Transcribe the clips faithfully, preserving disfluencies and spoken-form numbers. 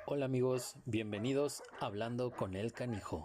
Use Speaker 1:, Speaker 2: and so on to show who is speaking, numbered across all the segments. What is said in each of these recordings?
Speaker 1: Hola amigos, bienvenidos a Hablando con el Canijo.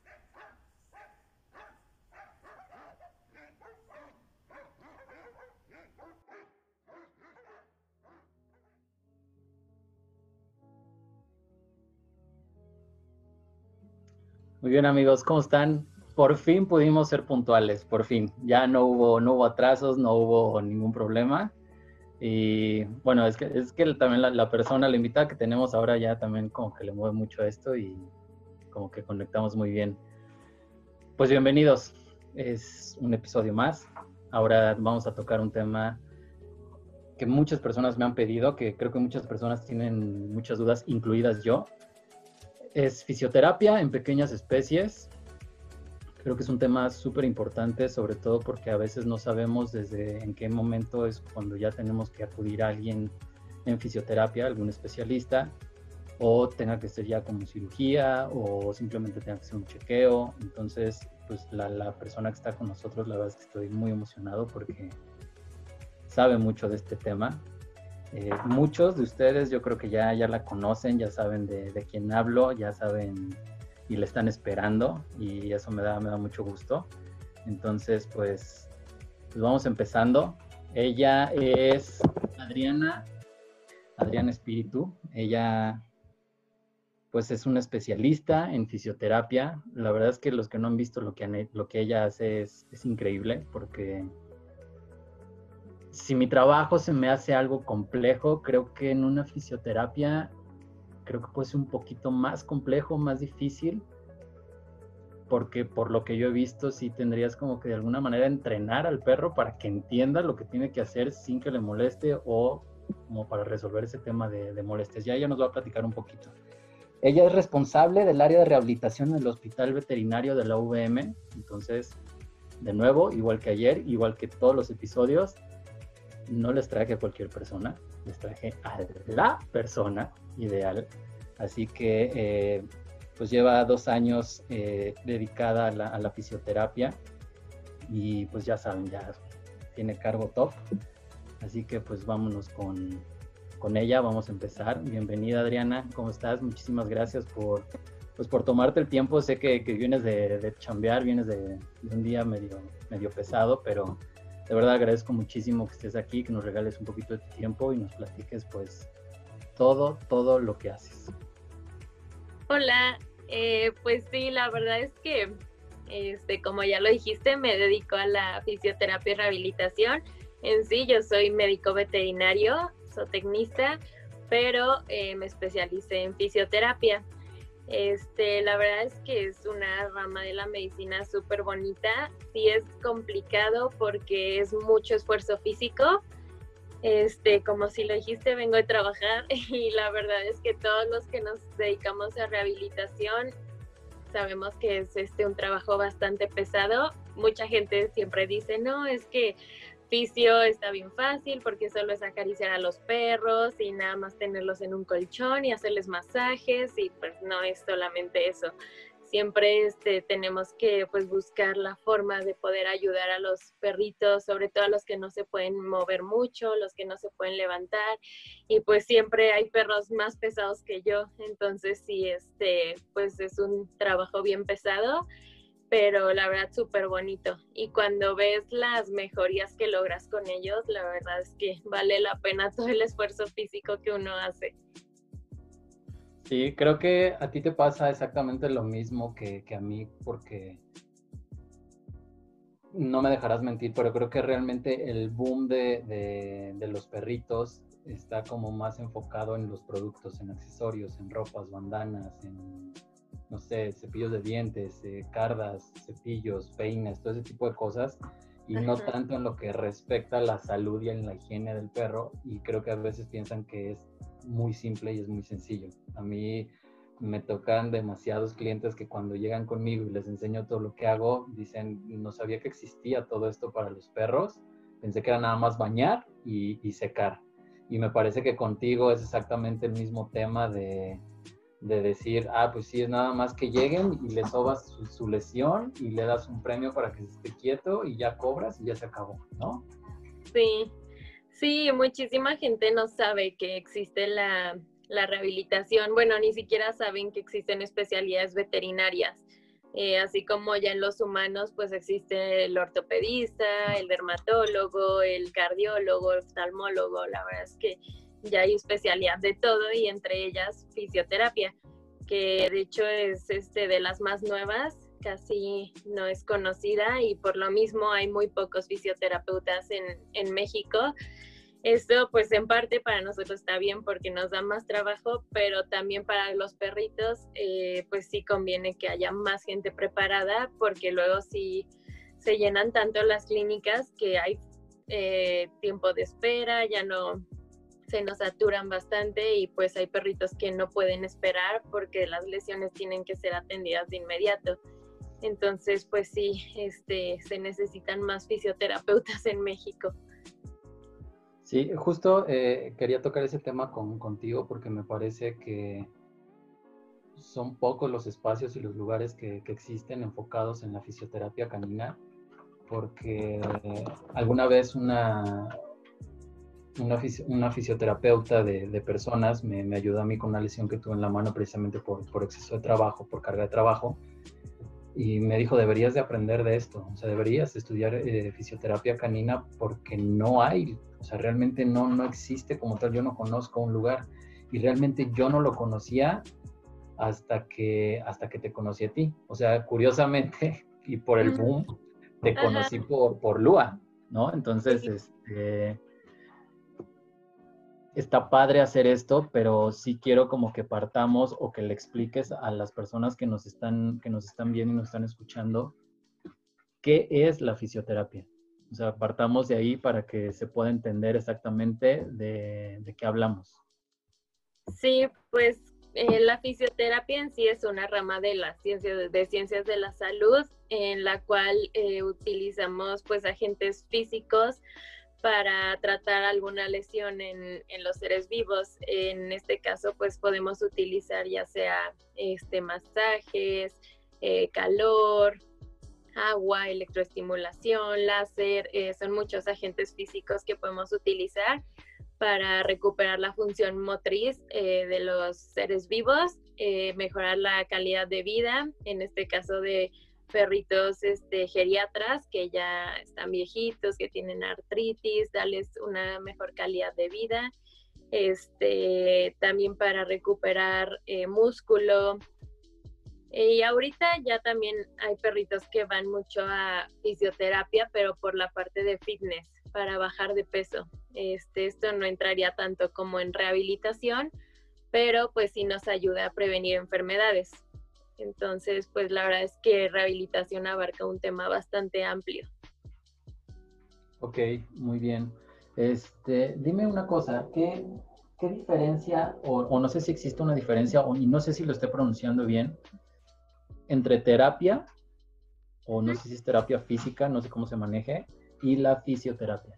Speaker 2: Muy bien amigos, ¿cómo están? Por fin pudimos ser puntuales, por fin. Ya no hubo, no hubo atrasos, no hubo ningún problema. Y bueno, es que, es que también la, la persona, la invitada que tenemos ahora ya también como que le mueve mucho esto y como que conectamos muy bien. Pues bienvenidos, es un episodio más. Ahora vamos a tocar un tema que muchas personas me han pedido, que creo que muchas personas tienen muchas dudas, incluidas yo. Es fisioterapia en pequeñas especies. Creo que es un tema súper importante, sobre todo porque a veces no sabemos desde en qué momento es cuando ya tenemos que acudir a alguien en fisioterapia, algún especialista, o tenga que ser ya como cirugía, o simplemente tenga que ser un chequeo. Entonces, pues la, la persona que está con nosotros, la verdad es que estoy muy emocionado porque sabe mucho de este tema. Eh, muchos de ustedes yo creo que ya, ya la conocen, ya saben de, de quién hablo, ya saben y le están esperando y eso me da, me da mucho gusto. Entonces, pues, pues vamos empezando. Ella es Adriana, Adriana Espíritu. Ella, pues, es una especialista en fisioterapia. La verdad es que los que no han visto lo que, lo que ella hace es, es increíble porque si mi trabajo se me hace algo complejo, creo que en una fisioterapia creo que puede ser un poquito más complejo, más difícil, porque por lo que yo he visto, sí tendrías como que de alguna manera entrenar al perro para que entienda lo que tiene que hacer sin que le moleste o como para resolver ese tema de, de molestias. Ya ella nos va a platicar un poquito. Ella es responsable del área de rehabilitación en el Hospital Veterinario de la U V M, entonces, de nuevo, igual que ayer, igual que todos los episodios, no les traje a cualquier persona, les traje a la persona ideal. Así que eh, pues lleva dos años eh, dedicada a la, a la fisioterapia y pues ya saben, ya tiene cargo top. Así que pues vámonos con, con ella, vamos a empezar. Bienvenida Adriana, ¿cómo estás? Muchísimas gracias por, pues, por tomarte el tiempo. Sé que, que vienes de, de chambear, vienes de, de un día medio, medio pesado, pero de verdad agradezco muchísimo que estés aquí, que nos regales un poquito de tu tiempo y nos platiques pues todo, todo lo que haces.
Speaker 3: Hola, eh, pues sí, la verdad es que, este, como ya lo dijiste, me dedico a la fisioterapia y rehabilitación. En sí, yo soy médico veterinario, zootecnista, pero eh, me especialicé en fisioterapia. Este, la verdad es que es una rama de la medicina súper bonita. Sí es complicado porque es mucho esfuerzo físico. Este, como si lo dijiste, vengo de trabajar y la verdad es que todos los que nos dedicamos a rehabilitación sabemos que es este un trabajo bastante pesado. Mucha gente siempre dice, no, es que fisio está bien fácil porque solo es acariciar a los perros y nada más tenerlos en un colchón y hacerles masajes, y pues no es solamente eso. Siempre este, tenemos que pues buscar la forma de poder ayudar a los perritos, sobre todo a los que no se pueden mover mucho, los que no se pueden levantar, y pues siempre hay perros más pesados que yo. Entonces sí, este, pues es un trabajo bien pesado, pero la verdad súper bonito. Y cuando ves las mejorías que logras con ellos, la verdad es que vale la pena todo el esfuerzo físico que uno hace.
Speaker 2: Sí, creo que a ti te pasa exactamente lo mismo que, que a mí, porque no me dejarás mentir, pero creo que realmente el boom de, de, de los perritos está como más enfocado en los productos, en accesorios, en ropas, bandanas, en, no sé, cepillos de dientes, eh, cardas, cepillos, peines, todo ese tipo de cosas, y no
Speaker 3: Ajá.
Speaker 2: tanto en lo que respecta a la salud y en la higiene del perro, y creo que a veces piensan que es muy simple y es muy sencillo. A mí me tocan demasiados clientes que cuando llegan conmigo y les enseño todo lo que hago, dicen, no sabía que existía todo esto para los perros, pensé que era nada más bañar y, y secar. Y me parece que contigo es exactamente el mismo tema de, de decir, ah, pues sí, es nada más que lleguen y le sobas su, su lesión y le das un premio para que se esté quieto y ya cobras y ya se acabó, ¿no?
Speaker 3: Sí, sí, muchísima gente no sabe que existe la la rehabilitación, bueno, ni siquiera saben que existen especialidades veterinarias. Eh, así como ya en los humanos, pues existe el ortopedista, el dermatólogo, el cardiólogo, el oftalmólogo. La verdad es que ya hay especialidad de todo y entre ellas fisioterapia, que de hecho es este, de las más nuevas, casi no es conocida y por lo mismo hay muy pocos fisioterapeutas en, en México. Esto pues en parte para nosotros está bien porque nos da más trabajo, pero también para los perritos eh, pues sí conviene que haya más gente preparada, porque luego sí se llenan tanto las clínicas que hay eh, tiempo de espera, ya no se nos saturan bastante y pues hay perritos que no pueden esperar porque las lesiones tienen que ser atendidas de inmediato. Entonces pues sí, este, se necesitan más fisioterapeutas en México.
Speaker 2: Sí, justo eh, quería tocar ese tema con, contigo porque me parece que son pocos los espacios y los lugares que, que existen enfocados en la fisioterapia canina, porque alguna vez una, una, una fisioterapeuta de, de personas me, me ayudó a mí con una lesión que tuve en la mano precisamente por, por exceso de trabajo, por carga de trabajo, y me dijo, deberías de aprender de esto, o sea, deberías estudiar eh, fisioterapia canina porque no hay, o sea, realmente no, no existe como tal, yo no conozco un lugar y realmente yo no lo conocía hasta que, hasta que te conocí a ti. O sea, curiosamente y por el boom, te conocí por, por Lua, ¿no? Entonces, sí. este... Está padre hacer esto, pero sí quiero como que partamos o que le expliques a las personas que nos están, que nos están viendo y nos están escuchando qué es la fisioterapia. O sea, partamos de ahí para que se pueda entender exactamente de, de qué hablamos.
Speaker 3: Sí, pues eh, la fisioterapia en sí es una rama de las ciencias, de ciencias de la salud, en la cual eh, utilizamos pues agentes físicos para tratar alguna lesión en, en los seres vivos. En este caso, pues podemos utilizar ya sea este, masajes, eh, calor, agua, electroestimulación, láser, eh, son muchos agentes físicos que podemos utilizar para recuperar la función motriz eh, de los seres vivos, eh, mejorar la calidad de vida, en este caso de perritos este, geriatras que ya están viejitos, que tienen artritis, darles una mejor calidad de vida, este, también para recuperar eh, músculo. Y ahorita ya también hay perritos que van mucho a fisioterapia, pero por la parte de fitness, para bajar de peso. Este, esto no entraría tanto como en rehabilitación, pero pues sí nos ayuda a prevenir enfermedades. Entonces, pues la verdad es que rehabilitación abarca un tema bastante amplio.
Speaker 2: Ok, muy bien. Este, dime una cosa, ¿qué, qué diferencia, o, o no sé si existe una diferencia, o, y no sé si lo estoy pronunciando bien, entre terapia, o no sé si es terapia física, no sé cómo se maneje, y la fisioterapia?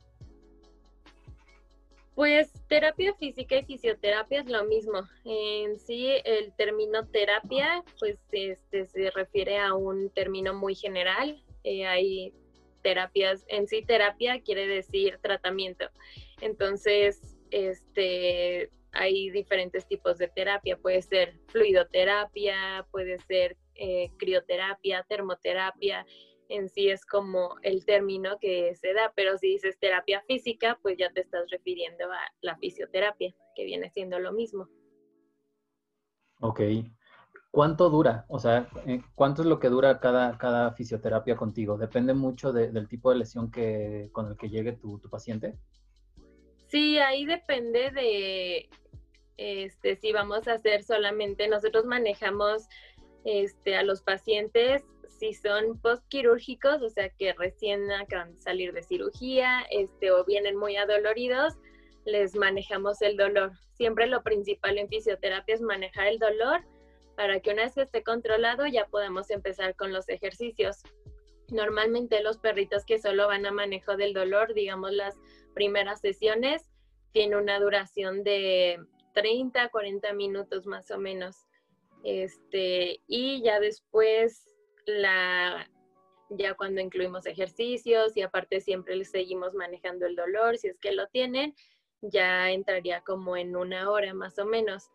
Speaker 3: Pues terapia física y fisioterapia es lo mismo. En sí, el término terapia, pues este, se refiere a un término muy general. Eh, hay terapias, en sí terapia quiere decir tratamiento. Entonces, este, hay diferentes tipos de terapia. Puede ser fluidoterapia, puede ser eh, crioterapia, termoterapia. En sí es como el término que se da, pero si dices terapia física, pues ya te estás refiriendo a la fisioterapia, que viene siendo lo mismo.
Speaker 2: Ok. ¿Cuánto dura? O sea, ¿cuánto es lo que dura cada, cada fisioterapia contigo? ¿Depende mucho de, del tipo de lesión que, con el que llegue tu, tu paciente?
Speaker 3: Sí, ahí depende de este, si vamos a hacer solamente, nosotros manejamos este, a los pacientes si son postquirúrgicos, o sea que recién acaban de salir de cirugía, este, o vienen muy adoloridos, les manejamos el dolor. Siempre lo principal en fisioterapia es manejar el dolor para que una vez que esté controlado ya podamos empezar con los ejercicios. Normalmente los perritos que solo van a manejo del dolor, digamos las primeras sesiones, tienen una duración de treinta a cuarenta minutos más o menos. Este, y ya después La, ya cuando incluimos ejercicios y aparte siempre les seguimos manejando el dolor, si es que lo tienen, ya entraría como en una hora más o menos.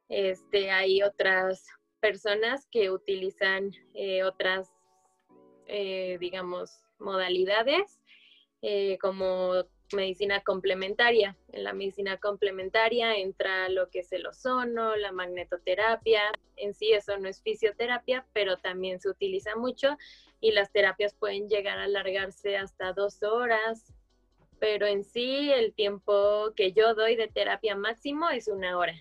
Speaker 3: Este, hay otras personas que utilizan eh, otras, eh, digamos, modalidades, eh, como medicina complementaria. En la medicina complementaria entra lo que es el ozono, la magnetoterapia. En sí eso no es fisioterapia, pero también se utiliza mucho y las terapias pueden llegar a alargarse hasta dos horas, pero en sí el tiempo que yo doy de terapia máximo es una hora.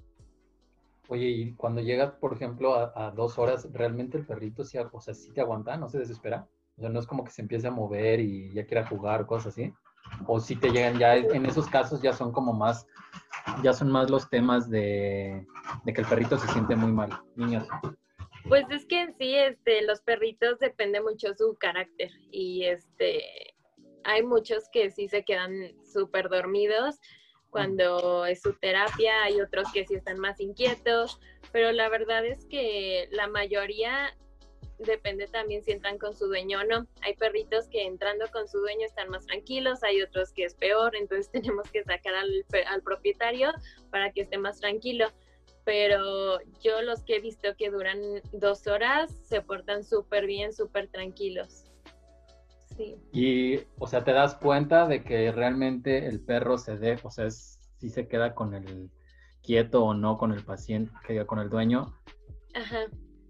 Speaker 2: Oye, y cuando llegas, por ejemplo, a, a dos horas, ¿realmente el perrito sí, o sea, sí te aguanta? ¿No se desespera? O sea, no es como que se empiece a mover y ya quiera jugar o cosas así. O si te llegan ya, en esos casos ya son como más, ya son más los temas de, de que el perrito se siente muy mal. Niños.
Speaker 3: Pues es que en sí, este, los perritos depende mucho su carácter y este, hay muchos que sí se quedan súper dormidos cuando es su terapia, hay otros que sí están más inquietos, pero la verdad es que la mayoría depende también si entran con su dueño o no. Hay perritos que entrando con su dueño están más tranquilos, hay otros que es peor, entonces tenemos que sacar al, al propietario para que esté más tranquilo. Pero yo los que he visto que duran dos horas se portan súper bien, súper tranquilos. Sí.
Speaker 2: Y, o sea, te das cuenta de que realmente el perro se dé, o sea, es, si se queda con el quieto o no con el paciente, que con el dueño.
Speaker 3: Ajá.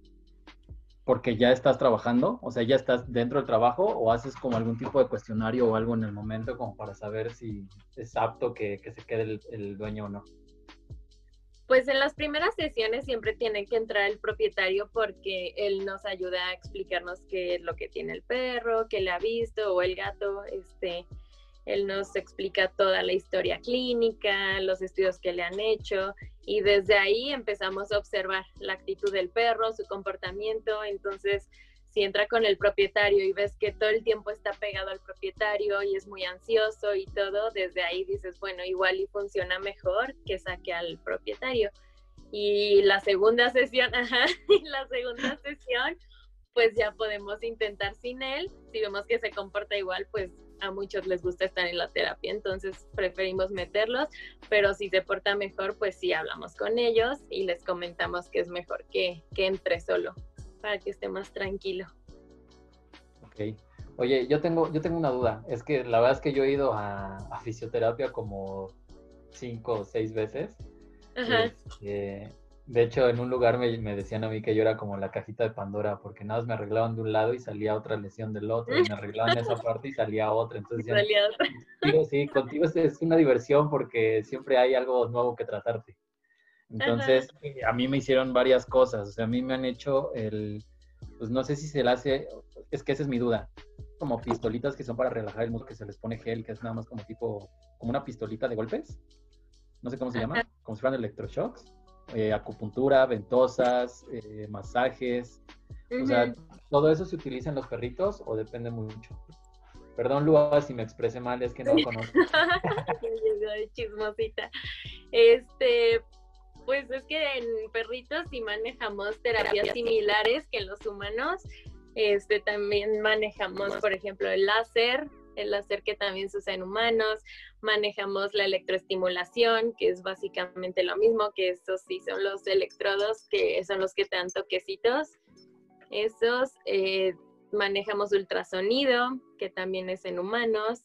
Speaker 2: Porque ya estás trabajando, o sea, ya estás dentro del trabajo o haces como algún tipo de cuestionario o algo en el momento como para saber si es apto que, que se quede el, el dueño o no.
Speaker 3: Pues en las primeras sesiones siempre tiene que entrar el propietario porque él nos ayuda a explicarnos qué es lo que tiene el perro, qué le ha visto o el gato, este, él nos explica toda la historia clínica, los estudios que le han hecho y desde ahí empezamos a observar la actitud del perro, su comportamiento. Entonces, si entra con el propietario y ves que todo el tiempo está pegado al propietario y es muy ansioso y todo, desde ahí dices, bueno, igual y funciona mejor que saque al propietario. Y la segunda sesión, ajá, y la segunda sesión, pues ya podemos intentar sin él. Si vemos que se comporta igual, pues a muchos les gusta estar en la terapia, entonces preferimos meterlos, pero si se porta mejor, pues sí hablamos con ellos y les comentamos que es mejor que, que entre solo, para que esté más tranquilo.
Speaker 2: Ok. Oye, yo tengo, yo tengo una duda. Es que la verdad es que yo he ido a, a fisioterapia como cinco o seis veces.
Speaker 3: Ajá.
Speaker 2: Este, de hecho, en un lugar me, me decían a mí que yo era como la cajita de Pandora, porque nada más me arreglaban de un lado y salía otra lesión del otro, y me arreglaban esa parte y salía otra. Entonces decían, contigo, sí, contigo es una diversión porque siempre hay algo nuevo que tratarte. Entonces, ajá, a mí me hicieron varias cosas. O sea, a mí me han hecho el, pues no sé si se le hace, es que esa es mi duda, como pistolitas que son para relajar el músculo, que se les pone gel, que es nada más como tipo, como una pistolita de golpes. No sé cómo se llama, como si fueran electroshocks. Eh, acupuntura, ventosas, eh, masajes. Uh-huh. O sea, ¿todo eso se utiliza en los perritos o depende mucho? Perdón, Lua, si me expresé mal, es que no lo conozco.
Speaker 3: Chismosita. Este, pues es que en perritos sí manejamos terapias similares que en los humanos. Este, también manejamos, por ejemplo, el láser, el láser que también se usa en humanos. Manejamos la electroestimulación, que es básicamente lo mismo, que esos sí son los electrodos, que son los que te dan toquecitos. Esos, eh, manejamos ultrasonido, que también es en humanos.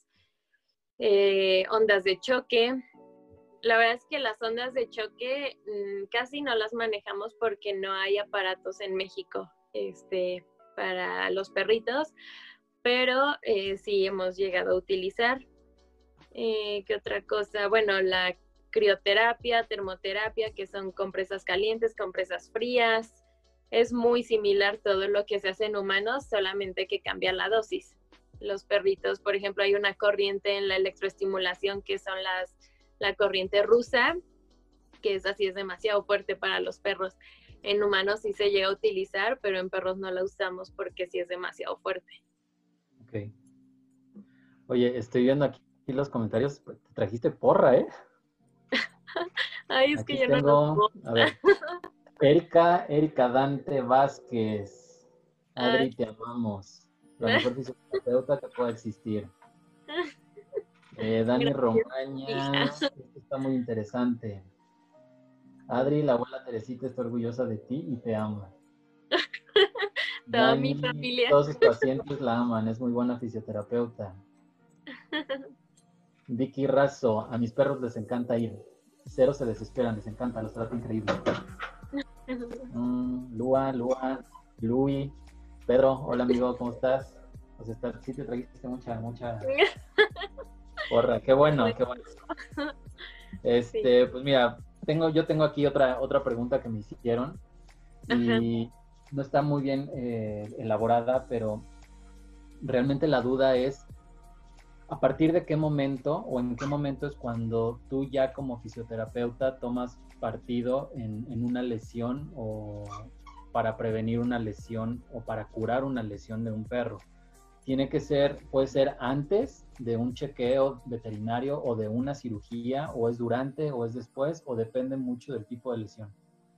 Speaker 3: Eh, ondas de choque. La verdad es que las ondas de choque mmm, casi no las manejamos porque no hay aparatos en México este, para los perritos, pero eh, sí hemos llegado a utilizar. Eh, ¿Qué otra cosa? Bueno, la crioterapia, termoterapia, que son compresas calientes, compresas frías. Es muy similar todo lo que se hace en humanos, solamente que cambia la dosis. Los perritos, por ejemplo, hay una corriente en la electroestimulación que son las, la corriente rusa, que esa sí es demasiado fuerte para los perros. En humanos sí se llega a utilizar, pero en perros no la usamos porque sí es demasiado fuerte.
Speaker 2: Ok. Oye, estoy viendo aquí los comentarios, te trajiste porra, ¿eh?
Speaker 3: Ay, es
Speaker 2: aquí
Speaker 3: que yo
Speaker 2: tengo,
Speaker 3: no
Speaker 2: lo a ver, Erika, Erika Dante Vázquez. Adri, te amamos. La mejor fisioterapeuta que pueda existir. Eh, Dani Romaña, esto está muy interesante. Adri, la abuela Teresita está orgullosa de ti y te ama.
Speaker 3: Toda
Speaker 2: Dani,
Speaker 3: mi familia.
Speaker 2: todos sus pacientes la aman, es muy buena fisioterapeuta. Vicky Razo, a mis perros les encanta ir. Cero se desesperan, les encanta, los trata increíble. Mm, Lua, Lua, Luis, Pedro, hola amigo, ¿cómo estás? Pues está, sí te trajiste mucha, mucha porra, qué bueno, qué bueno. Este, sí. Pues mira, tengo, yo tengo aquí otra, otra pregunta que me hicieron y Ajá. no está muy bien eh, elaborada, pero realmente la duda es ¿a partir de qué momento o en qué momento es cuando tú ya como fisioterapeuta tomas partido en, en una lesión o para prevenir una lesión o para curar una lesión de un perro? Tiene que ser, puede ser antes de un chequeo veterinario o de una cirugía, o es durante o es después, o depende mucho del tipo de lesión.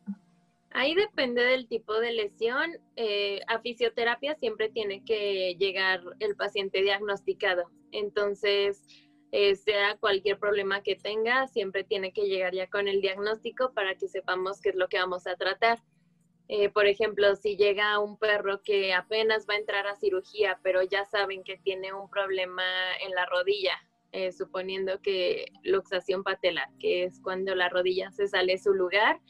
Speaker 3: Ahí depende del tipo de lesión. Eh, a fisioterapia siempre tiene que llegar el paciente diagnosticado. Entonces, eh, sea cualquier problema que tenga, siempre tiene que llegar ya con el diagnóstico para que sepamos qué es lo que vamos a tratar. Eh, por ejemplo, si llega un perro que apenas va a entrar a cirugía, pero ya saben que tiene un problema en la rodilla, eh, suponiendo que luxación patelar, que es cuando la rodilla se sale de su lugar,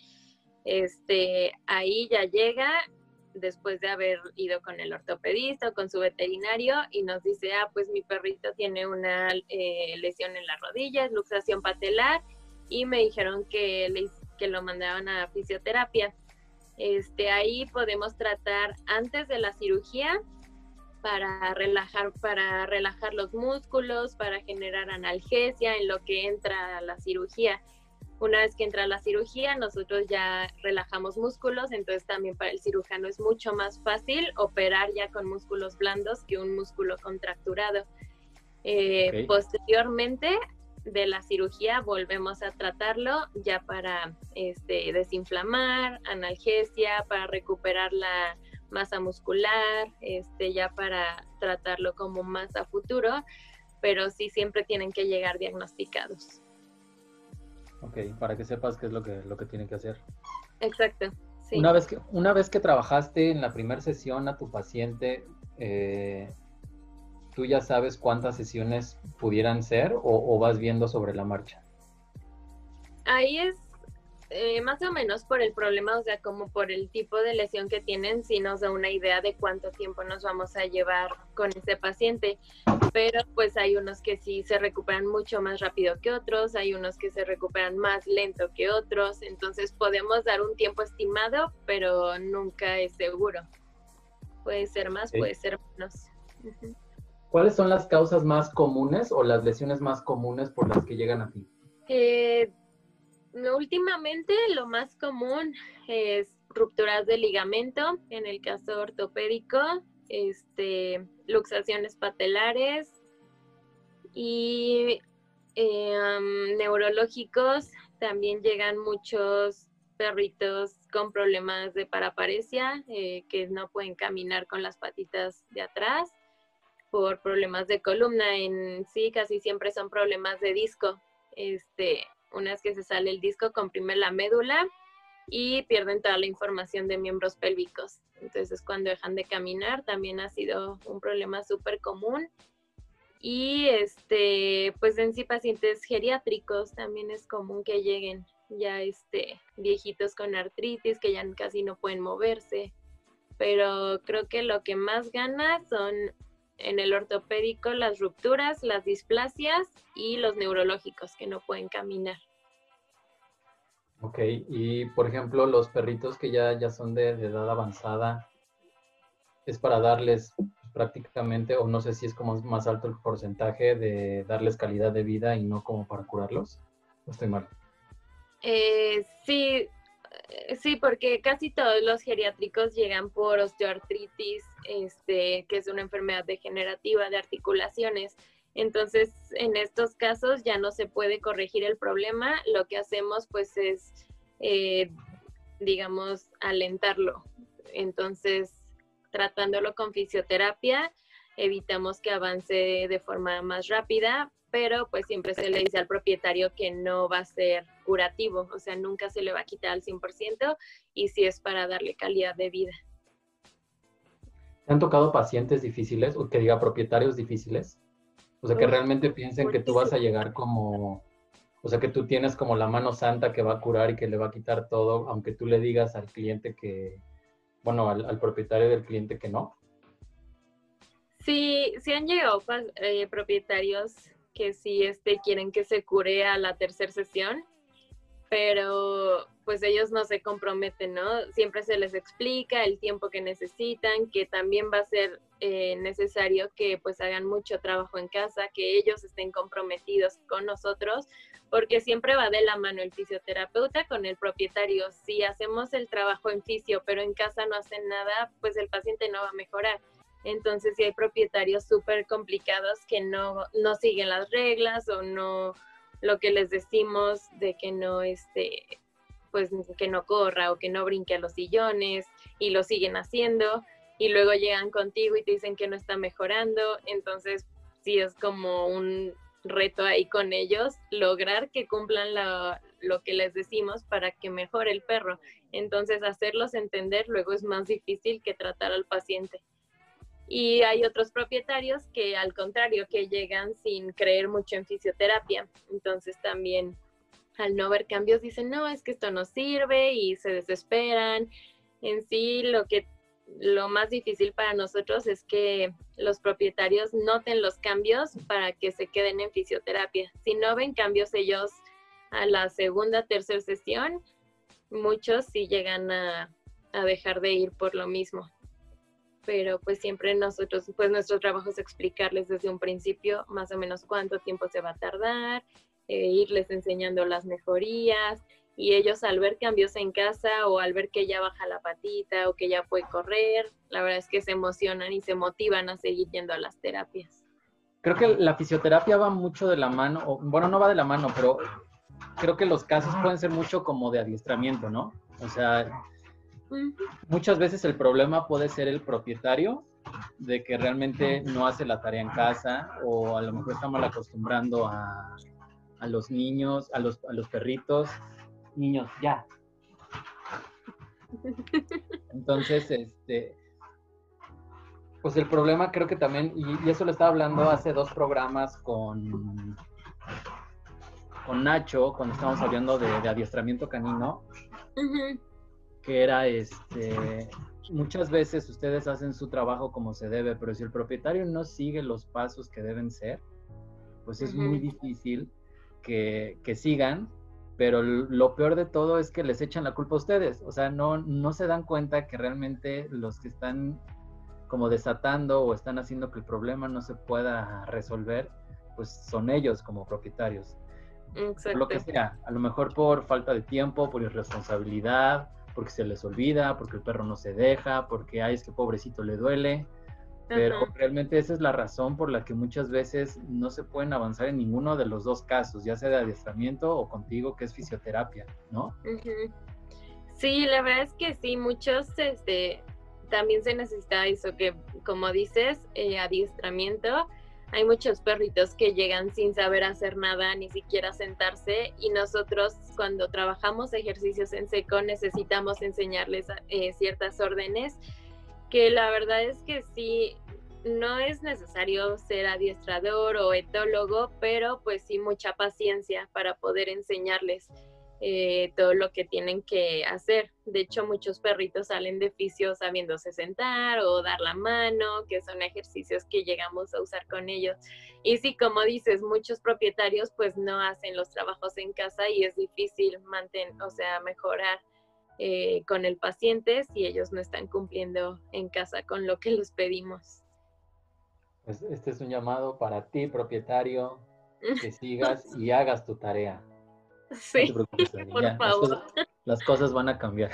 Speaker 3: este, ahí ya llega después de haber ido con el ortopedista o con su veterinario y nos dice, ah, pues mi perrito tiene una eh, lesión en la rodilla, es luxación patelar, y me dijeron que, le, que lo mandaban a fisioterapia. Este, ahí podemos tratar antes de la cirugía para relajar, para relajar los músculos, para generar analgesia en lo que entra a la cirugía. Una vez que entra la cirugía, nosotros ya relajamos músculos, entonces también para el cirujano es mucho más fácil operar ya con músculos blandos que un músculo contracturado. Eh, okay. Posteriormente de la cirugía volvemos a tratarlo ya para este, desinflamar, analgesia, para recuperar la masa muscular, este, ya para tratarlo como más a futuro, pero sí siempre tienen que llegar diagnosticados.
Speaker 2: Ok, para que sepas qué es lo que, lo que tienen que hacer.
Speaker 3: Exacto, sí.
Speaker 2: Una vez que, una vez que trabajaste en la primera sesión a tu paciente, eh, ¿tú ya sabes cuántas sesiones pudieran ser o, o vas viendo sobre la marcha?
Speaker 3: Ahí es eh, más o menos por el problema, o sea, como por el tipo de lesión que tienen, sí nos da una idea de cuánto tiempo nos vamos a llevar con ese paciente. Pero pues hay unos que sí se recuperan mucho más rápido que otros, hay unos que se recuperan más lento que otros, entonces podemos dar un tiempo estimado, pero nunca es seguro. Puede ser más, sí. Puede ser menos. Uh-huh.
Speaker 2: ¿Cuáles son las causas más comunes o las lesiones más comunes por las que llegan a ti?
Speaker 3: Eh, últimamente lo más común es rupturas de ligamento, en el caso ortopédico, este, luxaciones patelares y eh, um, neurológicos. También llegan muchos perritos con problemas de paraparesia, eh, que no pueden caminar con las patitas de atrás por problemas de columna. En sí, casi siempre son problemas de disco. Este, una vez que se sale el disco, comprime la médula y pierden toda la información de miembros pélvicos. Entonces, cuando dejan de caminar, también ha sido un problema súper común. Y este, pues en sí, pacientes geriátricos también es común que lleguen ya este, viejitos con artritis, que ya casi no pueden moverse. Pero creo que lo que más gana son en el ortopédico las rupturas, las displasias y los neurológicos que no pueden caminar.
Speaker 2: Ok, y por ejemplo, los perritos que ya, ya son de, de edad avanzada, ¿es para darles prácticamente, o no sé si es como más alto el porcentaje de darles calidad de vida y no como para curarlos? ¿O estoy mal?
Speaker 3: Eh, sí, sí, porque casi todos los geriátricos llegan por osteoartritis, este, que es una enfermedad degenerativa de articulaciones. Entonces, en estos casos ya no se puede corregir el problema. Lo que hacemos, pues, es, eh, digamos, alentarlo. Entonces, tratándolo con fisioterapia, evitamos que avance de forma más rápida, pero pues siempre se le dice al propietario que no va a ser curativo, o sea, nunca se le va a quitar al cien por ciento y sí es para darle calidad de vida.
Speaker 2: ¿Te han tocado pacientes difíciles o que diga propietarios difíciles? O sea, que
Speaker 3: Uf,
Speaker 2: realmente piensen que tú vas a
Speaker 3: muchísimo.
Speaker 2: llegar como, o sea, que tú tienes como la mano santa que va a curar y que le va a quitar todo, aunque tú le digas al cliente que, bueno, al, al propietario del cliente que no.
Speaker 3: Sí, sí han llegado eh, propietarios que sí este, quieren que se cure a la tercera sesión, pero pues ellos no se comprometen, ¿no? Siempre se les explica el tiempo que necesitan, que también va a ser eh, necesario que pues hagan mucho trabajo en casa, que ellos estén comprometidos con nosotros, porque siempre va de la mano el fisioterapeuta con el propietario. Si hacemos el trabajo en fisio, pero en casa no hacen nada, pues el paciente no va a mejorar. Entonces, si hay propietarios súper complicados que no, no siguen las reglas o no lo que les decimos de que no, este, pues que no corra o que no brinque a los sillones y lo siguen haciendo y luego llegan contigo y te dicen que no está mejorando. Entonces, sí es como un reto ahí con ellos, lograr que cumplan la, lo que les decimos para que mejore el perro. Entonces, hacerlos entender luego es más difícil que tratar al paciente. Y hay otros propietarios que al contrario, que llegan sin creer mucho en fisioterapia. Entonces también al no ver cambios dicen, no, es que esto no sirve y se desesperan. En sí, lo que lo más difícil para nosotros es que los propietarios noten los cambios para que se queden en fisioterapia. Si no ven cambios ellos a la segunda, tercera sesión, muchos sí llegan a, a dejar de ir por lo mismo. Pero pues siempre nosotros, pues nuestro trabajo es explicarles desde un principio más o menos cuánto tiempo se va a tardar, eh, irles enseñando las mejorías, y ellos al ver cambios en casa o al ver que ya baja la patita o que ya puede correr, la verdad es que se emocionan y se motivan a seguir yendo a las terapias.
Speaker 2: Creo que la fisioterapia va mucho de la mano, o, bueno, no va de la mano, pero creo que los casos pueden ser mucho como de adiestramiento, ¿no? O sea, muchas veces el problema puede ser el propietario, de que realmente no hace la tarea en casa o a lo mejor está mal acostumbrando a, a los niños, a los, a los perritos. Niños, ya. Entonces, este, pues el problema creo que también, y, y eso lo estaba hablando hace dos programas con, con Nacho, cuando estábamos hablando de, de adiestramiento canino, uh-huh. que era, este, muchas veces ustedes hacen su trabajo como se debe, pero si el propietario no sigue los pasos que deben ser, pues es uh-huh. muy difícil que, que sigan, pero lo peor de todo es que les echan la culpa a ustedes, o sea, no, no se dan cuenta que realmente los que están como desatando o están haciendo que el problema no se pueda resolver, pues son ellos como propietarios. Exacto. Lo que sea, a lo mejor por falta de tiempo, por irresponsabilidad, porque se les olvida, porque el perro no se deja, porque ay, es que pobrecito le duele, pero uh-huh. realmente esa es la razón por la que muchas veces no se pueden avanzar en ninguno de los dos casos, ya sea de adiestramiento o contigo, que es fisioterapia, ¿no?
Speaker 3: Uh-huh. Sí, la verdad es que sí, muchos, este, también se necesita eso, que como dices, eh, adiestramiento. Hay muchos perritos que llegan sin saber hacer nada, ni siquiera sentarse, y nosotros cuando trabajamos ejercicios en seco necesitamos enseñarles eh, ciertas órdenes, que la verdad es que sí, no es necesario ser adiestrador o etólogo, pero pues sí mucha paciencia para poder enseñarles eh, todo lo que tienen que hacer. De hecho, muchos perritos salen de fisio sabiéndose sentar o dar la mano, que son ejercicios que llegamos a usar con ellos. Y sí, como dices, muchos propietarios pues no hacen los trabajos en casa y es difícil mantener, o sea, mejorar eh, con el paciente si ellos no están cumpliendo en casa con lo que les pedimos.
Speaker 2: Pues este es un llamado para ti, propietario, que sigas y hagas tu tarea.
Speaker 3: Sí, no te preocupes,
Speaker 2: por ya, favor. Las cosas, las cosas van a cambiar.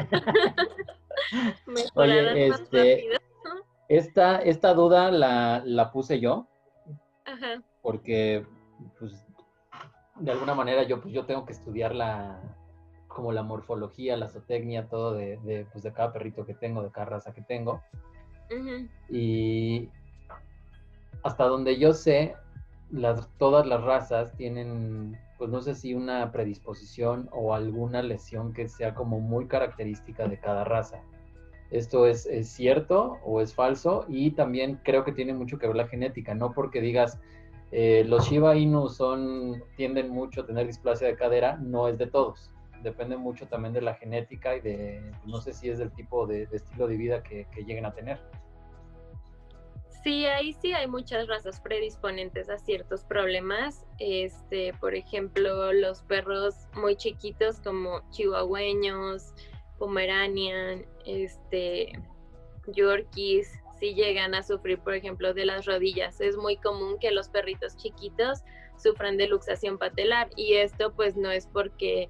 Speaker 2: Oye, este, esta, esta duda la, la puse yo. Ajá. Porque, pues, de alguna manera yo, pues, yo tengo que estudiar la, como la morfología, la zootecnia, todo de, de, pues, de cada perrito que tengo, de cada raza que tengo. Uh-huh. Y hasta donde yo sé, las, todas las razas tienen, pues no sé si una predisposición o alguna lesión que sea como muy característica de cada raza. ¿Esto es, es cierto o es falso? Y también creo que tiene mucho que ver la genética, no porque digas eh, los Shiba Inu son, tienden mucho a tener displasia de cadera, no es de todos. Depende mucho también de la genética y de, no sé si es del tipo de, de estilo de vida que, que lleguen a tener.
Speaker 3: Sí, ahí sí hay muchas razas predisponentes a ciertos problemas. Este, por ejemplo, los perros muy chiquitos como chihuahueños, pomeranian, este, yorkies, sí llegan a sufrir, por ejemplo, de las rodillas. Es muy común que los perritos chiquitos sufran de luxación patelar, y esto pues no es porque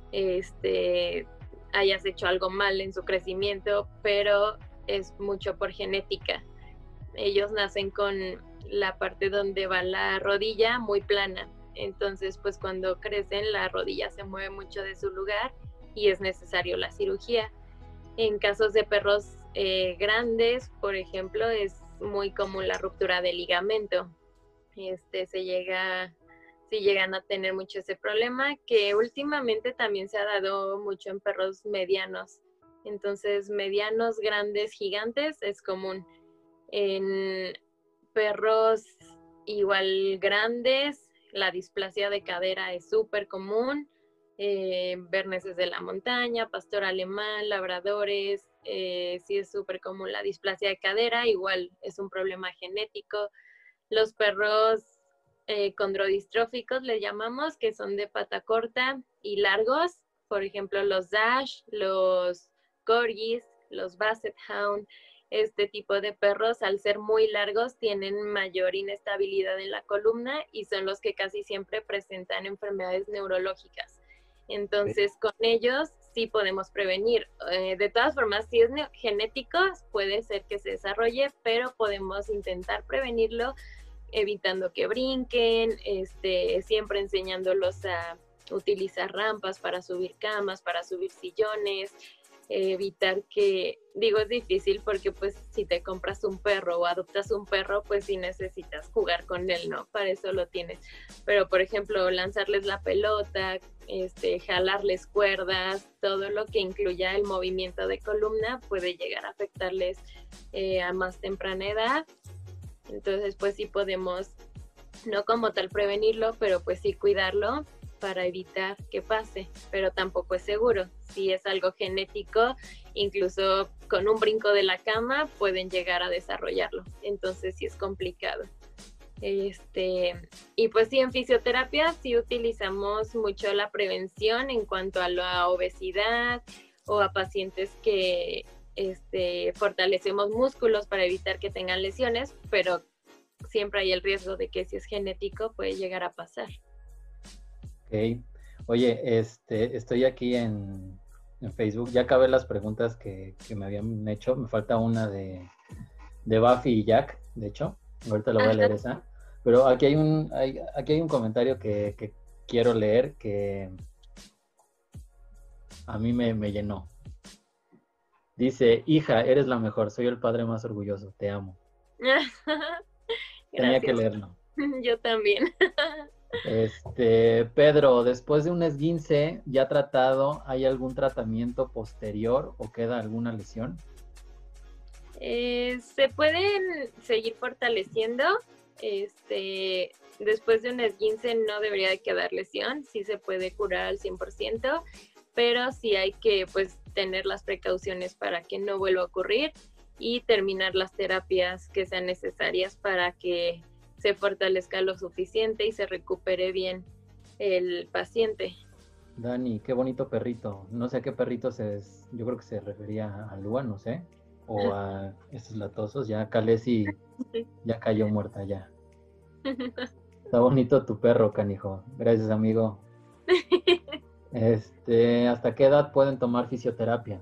Speaker 3: este, hayas hecho algo mal en su crecimiento, pero es mucho por genética. Ellos nacen con la parte donde va la rodilla muy plana, entonces pues cuando crecen la rodilla se mueve mucho de su lugar y es necesario la cirugía. En casos de perros eh, grandes, por ejemplo, es muy común la ruptura del ligamento. Este, se llega, si llegan a tener mucho ese problema, que últimamente también se ha dado mucho en perros medianos. Entonces, medianos, grandes, gigantes es común. En perros igual grandes, la displasia de cadera es súper común. Eh, berneses de la montaña, pastor alemán, labradores, eh, sí es súper común la displasia de cadera, igual es un problema genético. Los perros eh, condrodistróficos les llamamos, que son de pata corta y largos, por ejemplo los Dash, los Corgis, los Basset Hound. Este tipo de perros, al ser muy largos, tienen mayor inestabilidad en la columna y son los que casi siempre presentan enfermedades neurológicas. Entonces, con ellos sí podemos prevenir. Eh, de todas formas, si es genético, puede ser que se desarrolle, pero podemos intentar prevenirlo evitando que brinquen, este, siempre enseñándolos a utilizar rampas para subir camas, para subir sillones, eh, evitar que, digo, es difícil porque pues si te compras un perro o adoptas un perro, pues sí necesitas jugar con él, ¿no? Para eso lo tienes. Pero, por ejemplo, lanzarles la pelota, este, jalarles cuerdas, todo lo que incluya el movimiento de columna puede llegar a afectarles eh, a más temprana edad. Entonces, pues sí podemos, no como tal prevenirlo, pero pues sí cuidarlo para evitar que pase, pero tampoco es seguro. Si es algo genético, incluso con un brinco de la cama pueden llegar a desarrollarlo. Entonces sí es complicado. Este, y pues sí, en fisioterapia sí utilizamos mucho la prevención en cuanto a la obesidad o a pacientes que este, fortalecemos músculos para evitar que tengan lesiones, pero siempre hay el riesgo de que si es genético puede llegar a pasar.
Speaker 2: Ok. Oye, este, estoy aquí en, en Facebook. Ya acabé las preguntas que, que me habían hecho. Me falta una de, de Buffy y Jack, de hecho. Ahorita lo voy a leer esa. Pero aquí hay un, hay, aquí hay un comentario que, que quiero leer que a mí me, me llenó. Dice, hija, eres la mejor. Soy el padre más orgulloso. Te amo. Tenía que leerlo.
Speaker 3: Yo también.
Speaker 2: Este, Pedro, después de un esguince ya tratado, ¿hay algún tratamiento posterior o queda alguna lesión?
Speaker 3: Eh, se pueden seguir fortaleciendo. Este, después de un esguince no debería de quedar lesión, sí se puede curar al cien por ciento, pero sí hay que pues tener las precauciones para que no vuelva a ocurrir y terminar las terapias que sean necesarias para que se fortalezca lo suficiente y se recupere bien el paciente.
Speaker 2: Dani, qué bonito perrito. No sé a qué perrito se... Es, yo creo que se refería a Lua, no sé. O a estos latosos. Ya Kalesi ya cayó muerta ya. Está bonito tu perro, canijo. Gracias, amigo. Este, ¿hasta qué edad pueden tomar fisioterapia?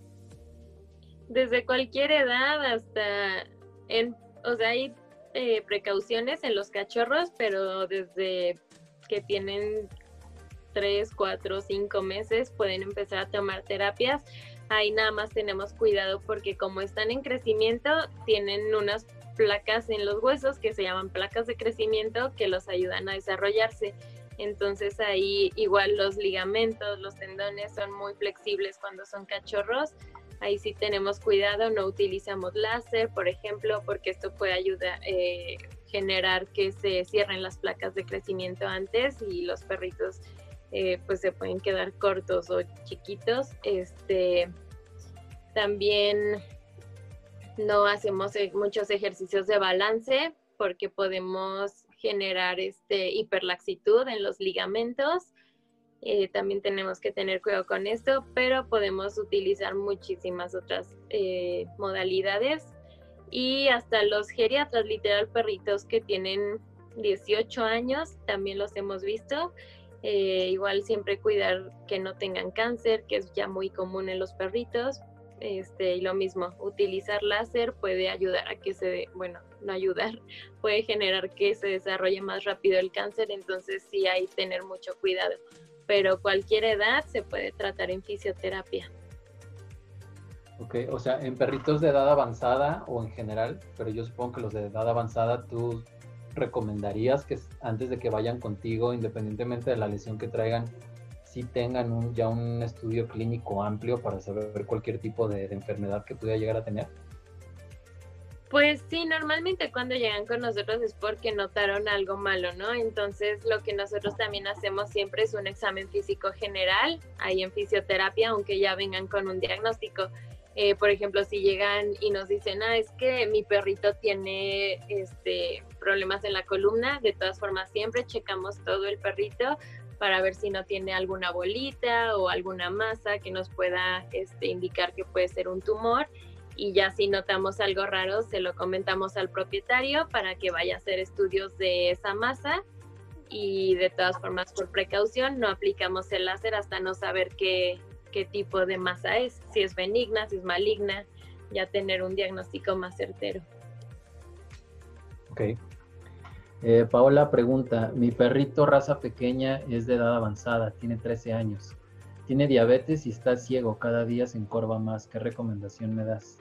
Speaker 3: Desde cualquier edad hasta... En, o sea, hay Eh, precauciones en los cachorros, pero desde que tienen tres, cuatro, cinco meses pueden empezar a tomar terapias. Ahí nada más tenemos cuidado porque como están en crecimiento, tienen unas placas en los huesos que se llaman placas de crecimiento que los ayudan a desarrollarse. Entonces ahí igual los ligamentos, los tendones son muy flexibles cuando son cachorros. Ahí sí tenemos cuidado, no utilizamos láser, por ejemplo, porque esto puede ayudar a eh, generar que se cierren las placas de crecimiento antes y los perritos eh, pues se pueden quedar cortos o chiquitos. Este, también no hacemos muchos ejercicios de balance porque podemos generar este, hiperlaxitud en los ligamentos. Eh, también tenemos que tener cuidado con esto, pero podemos utilizar muchísimas otras eh, modalidades. Y hasta los geriatras, literal perritos que tienen dieciocho años, también los hemos visto. Eh, igual siempre cuidar que no tengan cáncer, que es ya muy común en los perritos. Este, y lo mismo, utilizar láser puede ayudar a que se, bueno, no ayudar, puede generar que se desarrolle más rápido el cáncer, entonces sí hay que tener mucho cuidado. Pero cualquier edad se puede tratar en fisioterapia.
Speaker 2: Ok, o sea, en perritos de edad avanzada o en general, pero yo supongo que los de edad avanzada, ¿tú recomendarías que antes de que vayan contigo, independientemente de la lesión que traigan, sí tengan un, ya un estudio clínico amplio para saber cualquier tipo de, de enfermedad que pudiera llegar a tener?
Speaker 3: Pues sí, normalmente cuando llegan con nosotros es porque notaron algo malo, ¿no? Entonces lo que nosotros también hacemos siempre es un examen físico general, ahí en fisioterapia, aunque ya vengan con un diagnóstico. Eh, por ejemplo, si llegan y nos dicen, ah, es que mi perrito tiene este, problemas en la columna, de todas formas siempre checamos todo el perrito para ver si no tiene alguna bolita o alguna masa que nos pueda este, indicar que puede ser un tumor. Y ya si notamos algo raro, se lo comentamos al propietario para que vaya a hacer estudios de esa masa. Y de todas formas, por precaución, no aplicamos el láser hasta no saber qué, qué tipo de masa es, si es benigna, si es maligna, ya tener un diagnóstico más certero.
Speaker 2: Ok. Eh, Paola pregunta, mi perrito raza pequeña es de edad avanzada, tiene trece años. Tiene diabetes y está ciego, cada día se encorva más. ¿Qué recomendación me das?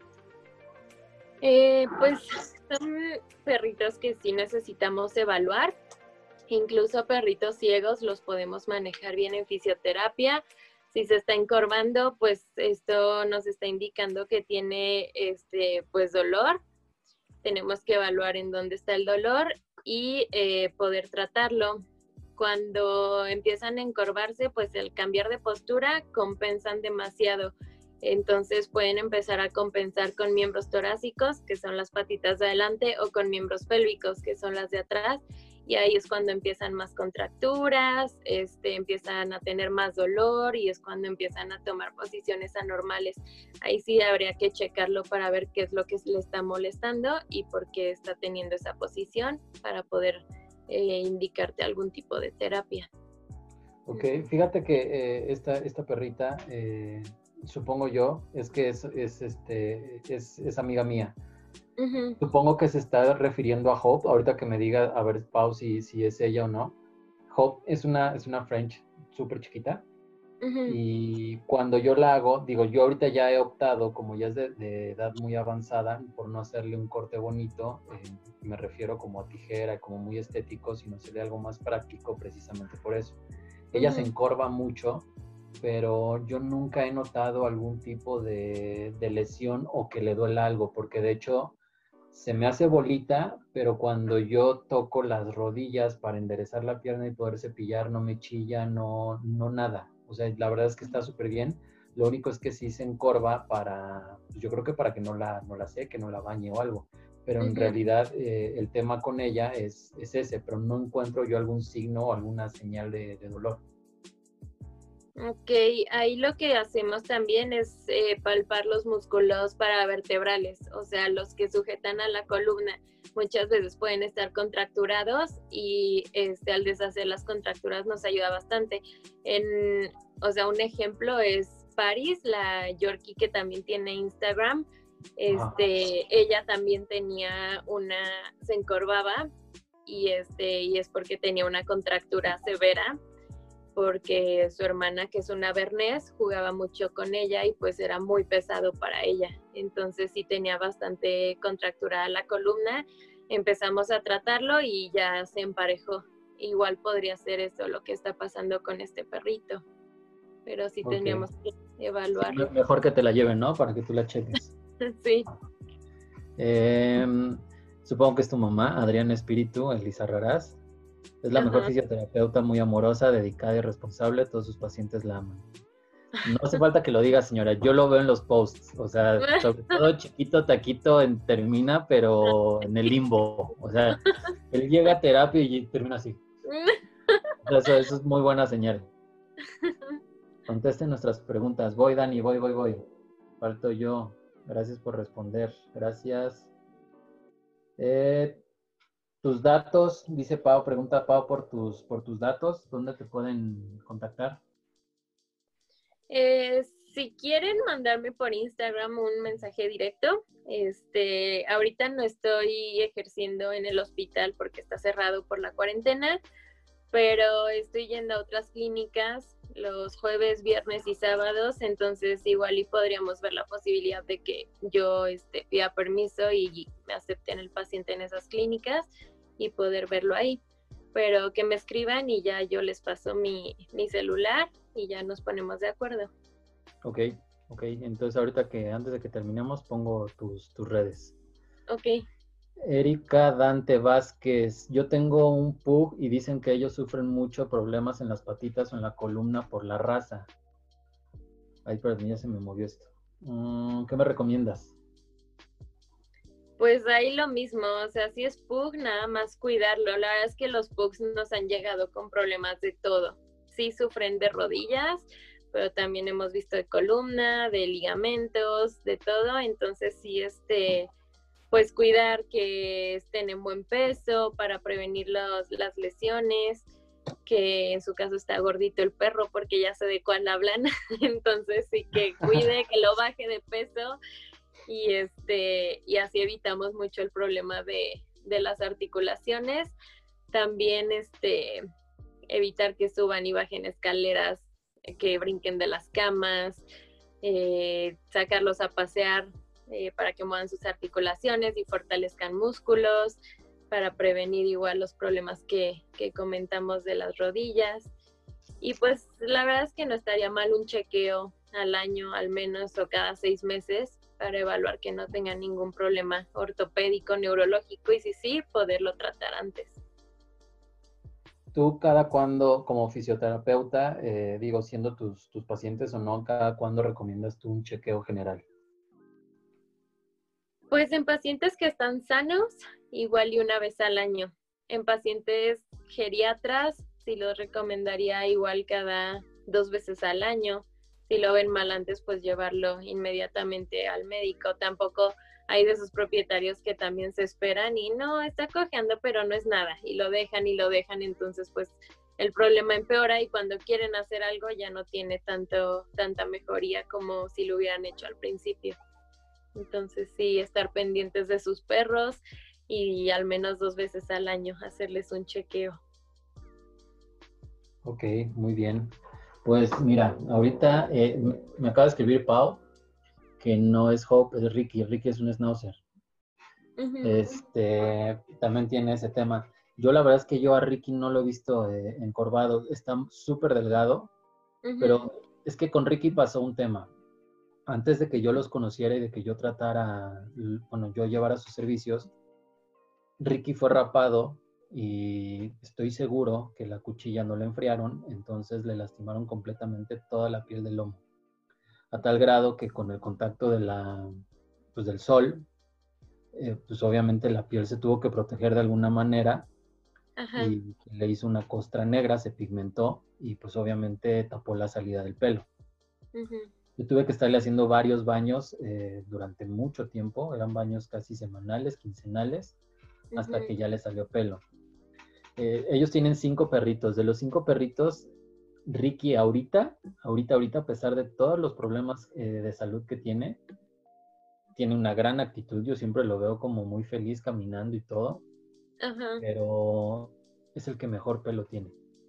Speaker 3: Eh, pues son perritos que sí necesitamos evaluar. Incluso perritos ciegos los podemos manejar bien en fisioterapia. Si se está encorvando, pues esto nos está indicando que tiene este, pues dolor. Tenemos que evaluar en dónde está el dolor y eh, poder tratarlo. Cuando empiezan a encorvarse, pues el cambiar de postura compensan demasiado. Entonces pueden empezar a compensar con miembros torácicos, que son las patitas de adelante, o con miembros pélvicos, que son las de atrás. Y ahí es cuando empiezan más contracturas, este, empiezan a tener más dolor y es cuando empiezan a tomar posiciones anormales. Ahí sí habría que checarlo para ver qué es lo que le está molestando y por qué está teniendo esa posición para poder eh, indicarte algún tipo de terapia.
Speaker 2: Ok, fíjate que eh, esta, esta perrita, eh, supongo yo, es que es, es, este, es, es amiga mía. Uh-huh. Supongo que se está refiriendo a Hope, ahorita que me diga, a ver, Pau, si, si es ella o no. Hope es una, es una French súper chiquita. Uh-huh. Y cuando yo la hago, digo, yo ahorita ya he optado, como ya es de, de edad muy avanzada, por no hacerle un corte bonito, eh, me refiero como a tijera, como muy estético, sino hacerle algo más práctico precisamente por eso. Ella uh-huh. se encorva mucho, pero yo nunca he notado algún tipo de, de lesión o que le duela algo, porque de hecho se me hace bolita, pero cuando yo toco las rodillas para enderezar la pierna y poder cepillar, no me chilla, no, no nada. O sea, la verdad es que está súper bien. Lo único es que sí se encorva para, pues yo creo que para que no la, no la seque, no la bañe o algo. Pero en uh-huh. realidad eh, el tema con ella es, es ese, pero no encuentro yo algún signo o alguna señal de, de dolor.
Speaker 3: Ok, ahí lo que hacemos también es eh, palpar los músculos paravertebrales, o sea, los que sujetan a la columna. Muchas veces pueden estar contracturados y este, al deshacer las contracturas nos ayuda bastante. En, o sea, un ejemplo es Paris, la Yorkie que también tiene Instagram. Este, ella también tenía una, se encorvaba y, este, y es porque tenía una contractura severa porque su hermana, que es una bernés, jugaba mucho con ella y pues era muy pesado para ella. Entonces sí tenía bastante contracturada la columna. Empezamos a tratarlo y ya se emparejó. Igual podría ser eso lo que está pasando con este perrito, pero sí
Speaker 2: Okay.
Speaker 3: tendríamos que evaluar.
Speaker 2: Sí, mejor que te la lleven, ¿no? Para que tú la cheques.
Speaker 3: Sí.
Speaker 2: Eh, supongo que es tu mamá, Adriana Espíritu, Elisa Raraz. Es la
Speaker 3: Ajá.
Speaker 2: mejor fisioterapeuta, muy amorosa, dedicada y responsable. Todos sus pacientes la aman. No hace falta que lo diga, señora. Yo lo veo en los posts. O sea, sobre todo chiquito, taquito en, termina, pero en el limbo. O sea, él llega a terapia y termina así. O sea, eso, eso es muy buena señal. Contesten nuestras preguntas. Voy, Dani, voy, voy, voy. Falto yo. Gracias por responder. Gracias. Eh, tus datos, dice Pau, pregunta Pau por tus, por tus datos. ¿Dónde te pueden contactar?
Speaker 3: Eh, si quieren mandarme por Instagram un mensaje directo, este, ahorita no estoy ejerciendo en el hospital porque está cerrado por la cuarentena, pero estoy yendo a otras clínicas los jueves, viernes y sábados, entonces igual y podríamos ver la posibilidad de que yo este, pida permiso y me acepten el paciente en esas clínicas y poder verlo ahí. Pero que me escriban y ya yo les paso mi, mi celular y ya nos ponemos de acuerdo.
Speaker 2: Ok, ok. Entonces ahorita que antes de que terminemos pongo tus, tus redes.
Speaker 3: Ok.
Speaker 2: Erika Dante Vázquez. Yo tengo un pug y dicen que ellos sufren mucho problemas en las patitas o en la columna por la raza. Ay, perdón, ya se me movió esto. Mm, ¿qué me recomiendas?
Speaker 3: Pues ahí lo mismo, o sea, si es pug, nada más cuidarlo. La verdad es que los pugs nos han llegado con problemas de todo. Sí sufren de rodillas, pero también hemos visto de columna, de ligamentos, de todo. Entonces sí, este, pues cuidar que estén en buen peso para prevenir los, las lesiones, que en su caso está gordito el perro porque ya sé de cuál hablan. Entonces sí que cuide, que lo baje de peso. Y, este, y así evitamos mucho el problema de, de las articulaciones. También este, evitar que suban y bajen escaleras, que brinquen de las camas, eh, sacarlos a pasear eh, para que muevan sus articulaciones y fortalezcan músculos, para prevenir igual los problemas que, que comentamos de las rodillas. Y pues la verdad es que no estaría mal un chequeo al año al menos o cada seis meses para evaluar que no tengan ningún problema ortopédico, neurológico y si sí, poderlo tratar antes.
Speaker 2: ¿Tú cada cuándo, como fisioterapeuta, eh, digo, siendo tus, tus pacientes o no, cada cuándo recomiendas tú un chequeo general?
Speaker 3: Pues en pacientes que están sanos, igual y una vez al año. En pacientes geriatras, sí los recomendaría igual cada dos veces al año. Si lo ven mal antes, pues llevarlo inmediatamente al médico. Tampoco hay de esos propietarios que también se esperan y no, está cojeando, pero no es nada. Y lo dejan y lo dejan, entonces pues el problema empeora y cuando quieren hacer algo ya no tiene tanto, tanta mejoría como si lo hubieran hecho al principio. Entonces sí, estar pendientes de sus perros y al menos dos veces al año hacerles un chequeo.
Speaker 2: Ok, muy bien. Pues mira, ahorita eh, me, me acaba de escribir Pau, que no es Hope, es Ricky. Ricky es un schnauzer. Uh-huh. Este, también tiene ese tema. Yo la verdad es que yo a Ricky no lo he visto eh, encorvado. Está súper delgado, uh-huh. Pero es que con Ricky pasó un tema. Antes de que yo los conociera y de que yo tratara, bueno, yo llevara sus servicios, Ricky fue rapado y estoy seguro que la cuchilla no le enfriaron, entonces le lastimaron completamente toda la piel del lomo. A tal grado que con el contacto de la, pues del sol, eh, pues obviamente la piel se tuvo que proteger de alguna manera. Ajá. Y le hizo una costra negra, se pigmentó y pues obviamente tapó la salida del pelo. Uh-huh. Yo tuve que estarle haciendo varios baños eh, durante mucho tiempo, eran baños casi semanales, quincenales, uh-huh. Hasta que ya le salió pelo. Eh, ellos tienen cinco perritos, de los cinco perritos, Ricky ahorita, ahorita, ahorita, a pesar de todos los problemas eh, de salud que tiene, tiene una gran actitud, yo siempre lo veo como muy feliz caminando y todo, uh-huh. Pero es el que mejor pelo tiene.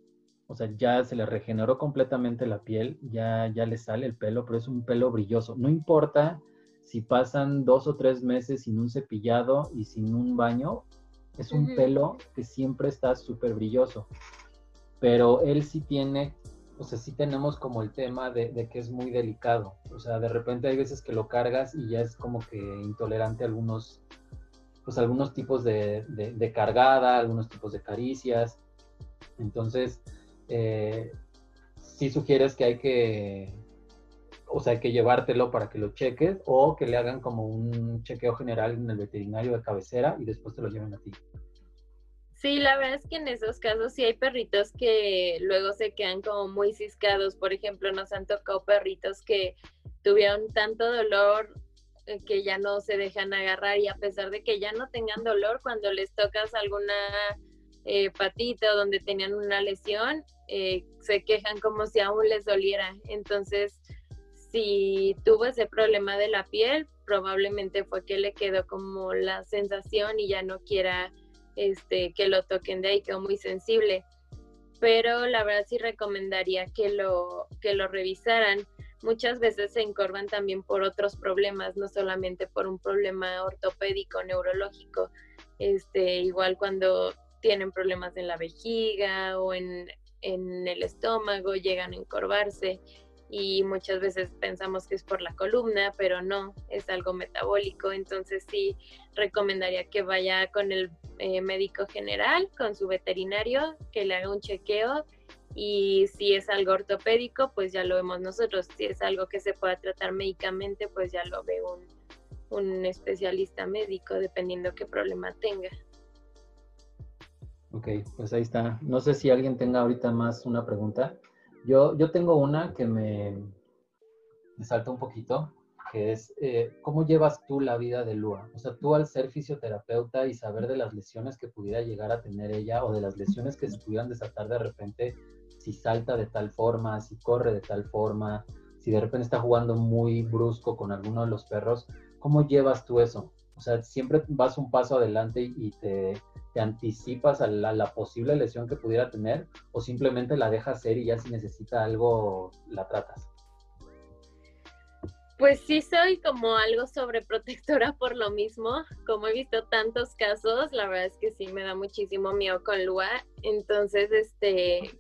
Speaker 2: o sea, ya se le regeneró completamente la piel, ya, ya le sale el pelo, pero es un pelo brilloso. No importa si pasan dos o tres meses sin un cepillado y sin un baño, es un
Speaker 3: Ujú.
Speaker 2: pelo que siempre está súper brilloso. Pero él sí tiene, o sea, sí tenemos como el tema de, de que es muy delicado. O sea, de repente hay veces que lo cargas y ya es como que intolerante a algunos, pues algunos tipos de, de, de cargada, algunos tipos de caricias. Entonces, eh, sí sugieres que hay que, o sea, hay que llevártelo para que lo cheques o que le hagan como un chequeo general en el veterinario de cabecera y después te lo lleven a ti.
Speaker 3: Sí, la verdad es que en esos casos sí hay perritos que luego se quedan como muy ciscados. Por ejemplo, nos han tocado perritos que tuvieron tanto dolor eh, que ya no se dejan agarrar, y a pesar de que ya no tengan dolor, cuando les tocas alguna eh, patita o donde tenían una lesión, eh, se quejan como si aún les doliera. Entonces, si tuvo ese problema de la piel, probablemente fue que le quedó como la sensación y ya no quiera este, que lo toquen de ahí, quedó muy sensible. Pero la verdad sí recomendaría que lo, que lo revisaran. Muchas veces se encorvan también por otros problemas, no solamente por un problema ortopédico, neurológico. Este, igual cuando tienen problemas en la vejiga o en, en el estómago, llegan a encorvarse, y muchas veces pensamos que es por la columna, pero no, es algo metabólico. Entonces sí recomendaría que vaya con el eh, médico general, con su veterinario, que le haga un chequeo, y si es algo ortopédico, pues ya lo vemos nosotros. Si es algo que se pueda tratar médicamente, pues ya lo ve un, un especialista médico, dependiendo qué problema tenga.
Speaker 2: Ok, pues ahí está. No sé si alguien tenga ahorita más una pregunta. Yo, yo tengo una que me, me salta un poquito, que es, eh, ¿cómo llevas tú la vida de Lua? O sea, tú al ser fisioterapeuta y saber de las lesiones que pudiera llegar a tener ella o de las lesiones que se pudieran desatar de repente, si salta de tal forma, si corre de tal forma, si de repente está jugando muy brusco con alguno de los perros, ¿cómo llevas tú eso? O sea, ¿siempre vas un paso adelante y te, te anticipas a la, a la posible lesión que pudiera tener, o simplemente la dejas ser y ya si necesita algo la tratas?
Speaker 3: Pues sí soy como algo sobreprotectora por lo mismo. Como he visto tantos casos, la verdad es que sí me da muchísimo miedo con Lua. Entonces, este,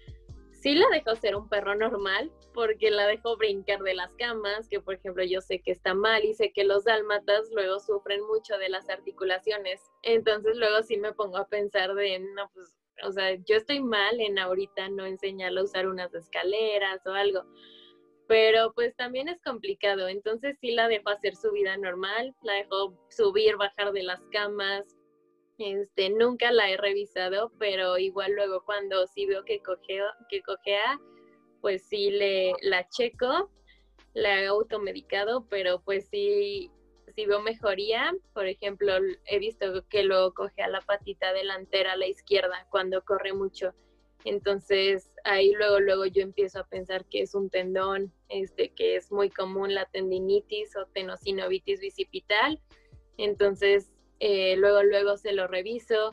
Speaker 3: sí la dejo ser un perro normal, porque la dejo brincar de las camas, que por ejemplo yo sé que está mal y sé que los dálmatas luego sufren mucho de las articulaciones. Entonces luego sí me pongo a pensar de, no, pues, o sea, yo estoy mal en ahorita no enseñarle a usar unas escaleras o algo. Pero pues también es complicado. Entonces sí la dejo hacer su vida normal, la dejo subir, bajar de las camas. Este, nunca la he revisado, pero igual luego cuando sí veo que cojeo, que cojea, pues sí le la checo, la he automedicado, pero pues sí, sí veo mejoría. Por ejemplo, he visto que lo cojea la patita delantera a la izquierda cuando corre mucho. Entonces ahí luego, luego yo empiezo a pensar que es un tendón, este, que es muy común la tendinitis o tenosinovitis bicipital. Entonces eh, luego, luego se lo reviso.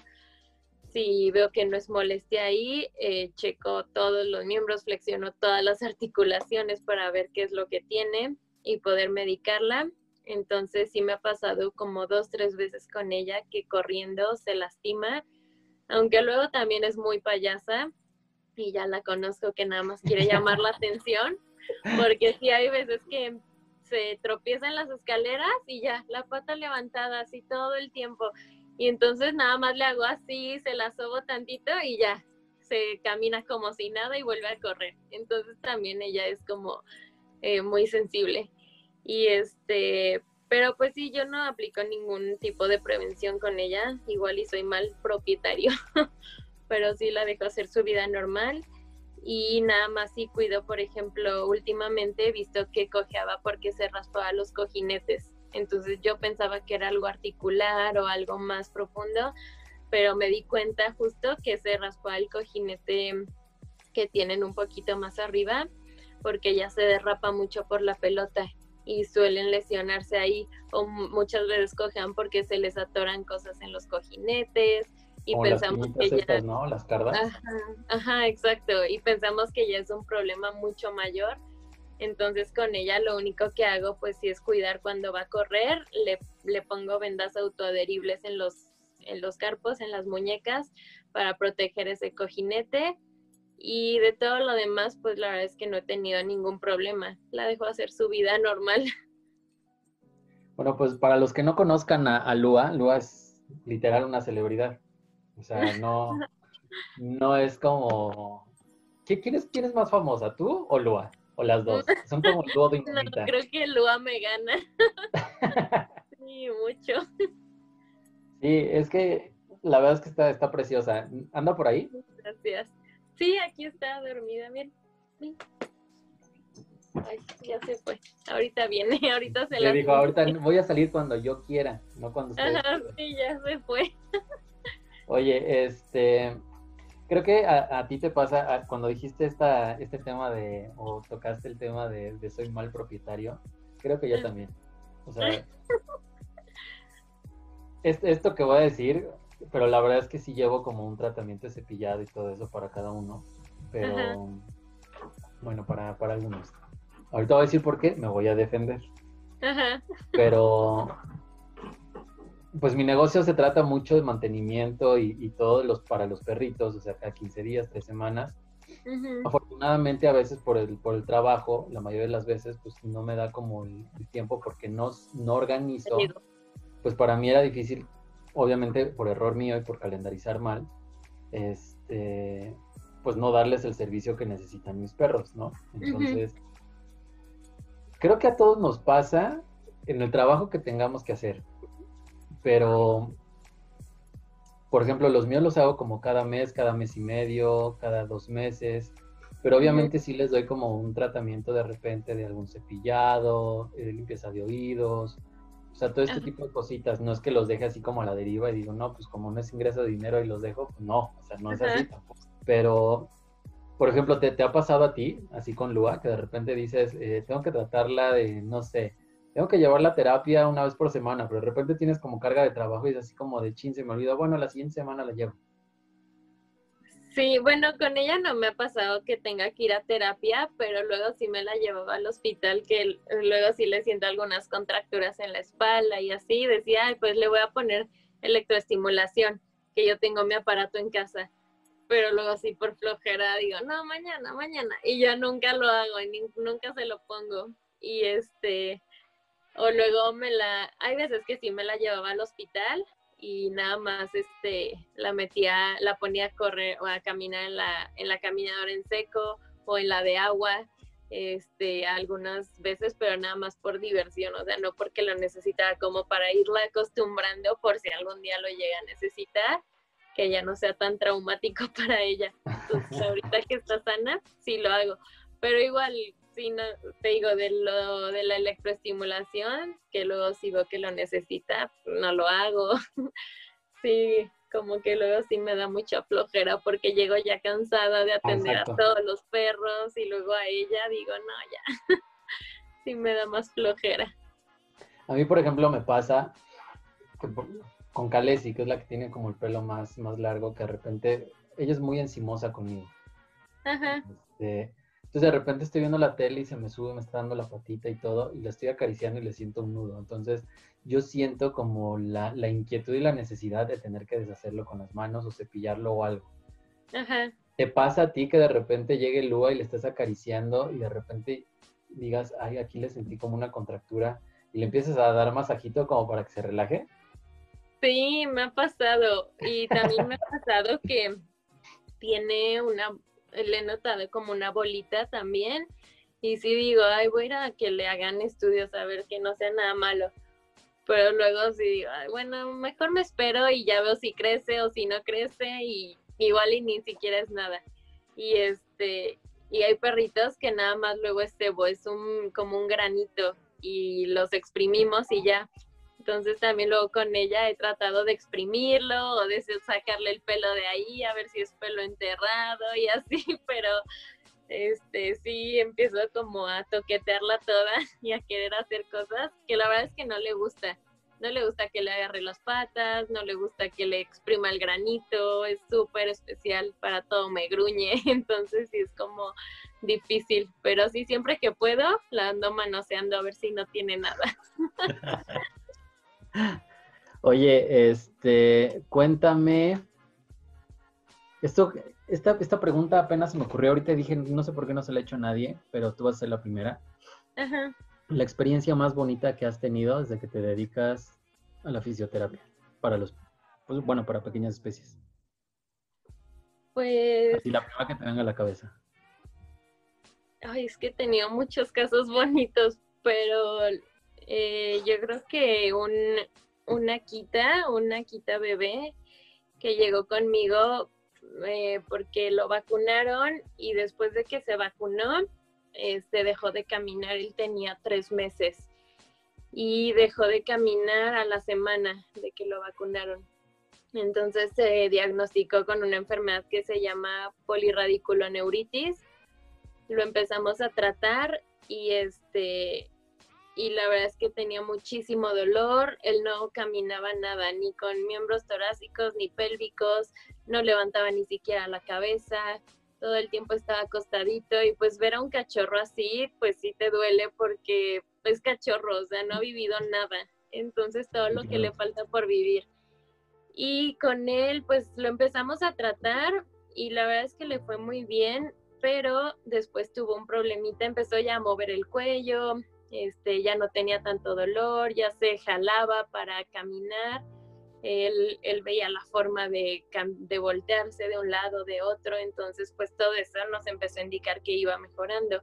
Speaker 3: Si veo que no es molestia ahí, eh, checo todos los miembros, flexiono todas las articulaciones para ver qué es lo que tiene y poder medicarla. Entonces sí me ha pasado como dos, tres veces con ella que corriendo se lastima, aunque luego también es muy payasa y ya la conozco que nada más quiere llamar la atención, porque sí hay veces que se tropieza en las escaleras y ya, la pata levantada así todo el tiempo, y entonces nada más le hago así, se la sobo tantito y ya, se camina como si nada y vuelve a correr. Entonces también ella es como eh, muy sensible. Y este, pero pues sí, yo no aplico ningún tipo de prevención con ella, igual y soy mal propietario, pero sí la dejo hacer su vida normal. Y nada más sí cuido, por ejemplo, últimamente he visto que cojeaba porque se raspaba los cojinetes. Entonces yo pensaba que era algo articular o algo más profundo, pero me di cuenta justo que se raspaba el cojinete que tienen un poquito más arriba, porque ya se derrapa mucho por la pelota y suelen lesionarse ahí, o muchas veces cojean porque se les atoran cosas en los cojinetes, y
Speaker 2: Como las
Speaker 3: pensamos que
Speaker 2: pinitas
Speaker 3: ya,
Speaker 2: estas, ¿no? Las cardas.
Speaker 3: ajá, ajá, exacto, y pensamos que ya es un problema mucho mayor. Entonces con ella lo único que hago pues sí es cuidar cuando va a correr, le, le pongo vendas autoadheribles en los, en los carpos, en las muñecas, para proteger ese cojinete. Y de todo lo demás, pues la verdad es que no he tenido ningún problema. La dejo hacer su vida normal.
Speaker 2: Bueno, pues para los que no conozcan a, a Lua, Lua es literal una celebridad. O sea, no, no es como... ¿Qué- ¿Quién es, quién es más famosa, tú o Lua? O las dos. Son como el dúo
Speaker 3: No,
Speaker 2: dinamita.
Speaker 3: creo que Lua me gana. Sí, mucho.
Speaker 2: Sí, es que la verdad es que está, está preciosa. ¿Anda por ahí?
Speaker 3: Gracias. Sí, aquí está dormida, bien. Ay, ya se fue. Ahorita viene, ahorita se
Speaker 2: Le
Speaker 3: la
Speaker 2: dijo, ahorita voy a salir cuando yo quiera, no cuando ustedes
Speaker 3: Ajá,
Speaker 2: quieran.
Speaker 3: sí, ya se fue.
Speaker 2: Oye, este, creo que a, a ti te pasa, a- cuando dijiste esta, este tema de, o tocaste el tema de, de soy mal propietario, creo que yo también. O sea, es- esto que voy a decir, pero la verdad es que sí llevo como un tratamiento de cepillado y todo eso para cada uno, pero
Speaker 3: Ajá.
Speaker 2: bueno, para, para algunos. Ahorita voy a decir por qué, me voy a defender,
Speaker 3: Ajá.
Speaker 2: pero pues mi negocio se trata mucho de mantenimiento y, y todos los para los perritos, o sea, cada quince días, tres semanas.
Speaker 3: Ujú.
Speaker 2: Afortunadamente a veces por el, por el trabajo, la mayoría de las veces, pues no me da como el, el tiempo porque no, no organizo. Pues para mí era difícil, obviamente por error mío y por calendarizar mal, este, pues no darles el servicio que necesitan mis perros, ¿no? Entonces, creo que a todos nos pasa en el trabajo que tengamos que hacer, pero, por ejemplo, los míos los hago como cada mes, cada mes y medio, cada dos meses, pero obviamente sí les doy como un tratamiento de repente de algún cepillado, de limpieza de oídos, o sea, todo este
Speaker 3: Ajá.
Speaker 2: tipo de cositas. No es que los deje así como a la deriva y digo, no, pues como no es ingreso de dinero y los dejo, pues no, o sea, no es así
Speaker 3: Ajá.
Speaker 2: tampoco. Pero, por ejemplo, ¿te, te ha pasado a ti, así con Lua, que de repente dices, eh, tengo que tratarla de, no sé, tengo que llevarla a terapia una vez por semana, pero de repente tienes como carga de trabajo y es así como de chin, se me olvidó, bueno, la siguiente semana la llevo.
Speaker 3: Sí, bueno, con ella no me ha pasado que tenga que ir a terapia, pero luego sí me la llevaba al hospital, que l- luego sí le siento algunas contracturas en la espalda y así, decía, "Ay, pues le voy a poner electroestimulación, que yo tengo mi aparato en casa", pero luego sí por flojera digo, no, mañana, mañana, y yo nunca lo hago, y ni- nunca se lo pongo, y este, o luego me la, hay veces que sí me la llevaba al hospital y nada más este la metía, la ponía a correr o a caminar en la, en la caminadora en seco o en la de agua, este, algunas veces, pero nada más por diversión, o sea, no porque lo necesitara, como para irla acostumbrando por si algún día lo llega a necesitar, que ya no sea tan traumático para ella. Entonces, ahorita que está sana, sí lo hago, pero igual, sí, no, te digo, de lo de la electroestimulación, que luego si veo que lo necesita, no lo hago. Sí, como que luego sí me da mucha flojera porque llego ya cansada de
Speaker 2: Ah,
Speaker 3: atender a
Speaker 2: exacto.
Speaker 3: todos los perros y luego a ella digo, no, ya, sí me da más flojera.
Speaker 2: A mí, por ejemplo, me pasa que por- con Kalesi, que es la que tiene como el pelo más, más largo, que de repente ella es muy encimosa conmigo.
Speaker 3: Ajá.
Speaker 2: Este, entonces de repente estoy viendo la tele y se me sube, me está dando la patita y todo, y la estoy acariciando y le siento un nudo. Entonces yo siento como la, la inquietud y la necesidad de tener que deshacerlo con las manos o cepillarlo o algo.
Speaker 3: Ajá.
Speaker 2: ¿Te pasa a ti que de repente llegue Lua y le estés acariciando y de repente digas, ay, aquí le sentí como una contractura y le empiezas a dar masajito como para que se relaje?
Speaker 3: Sí, me ha pasado. Y también me ha pasado que tiene una, le he notado como una bolita también. Y sí digo, ay, voy a ir a que le hagan estudios a ver que no sea nada malo. Pero luego sí digo, ay, bueno, mejor me espero y ya veo si crece o si no crece y igual y ni siquiera es nada. Y este, y hay perritos que nada más luego es sebo, es un, como un granito y los exprimimos y ya. Entonces también luego con ella he tratado de exprimirlo o de sacarle el pelo de ahí, a ver si es pelo enterrado y así, pero este sí empiezo como a toquetearla toda y a querer hacer cosas que la verdad es que no le gusta. no le gusta que le agarre las patas, no le gusta que le exprima el granito, es súper especial, para todo me gruñe, entonces sí es como difícil, pero sí, siempre que puedo la ando manoseando a ver si no tiene nada.
Speaker 2: Oye, este, cuéntame, esto, esta, esta pregunta apenas se me ocurrió ahorita y dije, no sé por qué no se la ha hecho a nadie, pero tú vas a ser la primera.
Speaker 3: Ajá.
Speaker 2: La experiencia más bonita que has tenido desde que te dedicas a la fisioterapia para los, pues, bueno, para pequeñas especies.
Speaker 3: Pues,
Speaker 2: Así la primera que te venga a la cabeza.
Speaker 3: ay, es que he tenido muchos casos bonitos, pero eh, yo creo que un, una quita, una quita bebé que llegó conmigo eh, porque lo vacunaron y después de que se vacunó, este, dejó de caminar. Él tenía tres meses y dejó de caminar a la semana de que lo vacunaron. Entonces se diagnosticó con una enfermedad que se llama polirradiculoneuritis. Lo empezamos a tratar y este y la verdad es que tenía muchísimo dolor. Él no caminaba nada, ni con miembros torácicos ni pélvicos, no levantaba ni siquiera la cabeza, todo el tiempo estaba acostadito, y pues ver a un cachorro así, pues sí te duele porque es cachorro, o sea, no ha vivido nada, entonces todo lo que le falta por vivir. Y con él pues lo empezamos a tratar y la verdad es que le fue muy bien, pero después tuvo un problemita, empezó ya a mover el cuello, este, ya no tenía tanto dolor, ya se jalaba para caminar, él, él veía la forma de, de voltearse de un lado, de otro, entonces pues todo eso nos empezó a indicar que iba mejorando.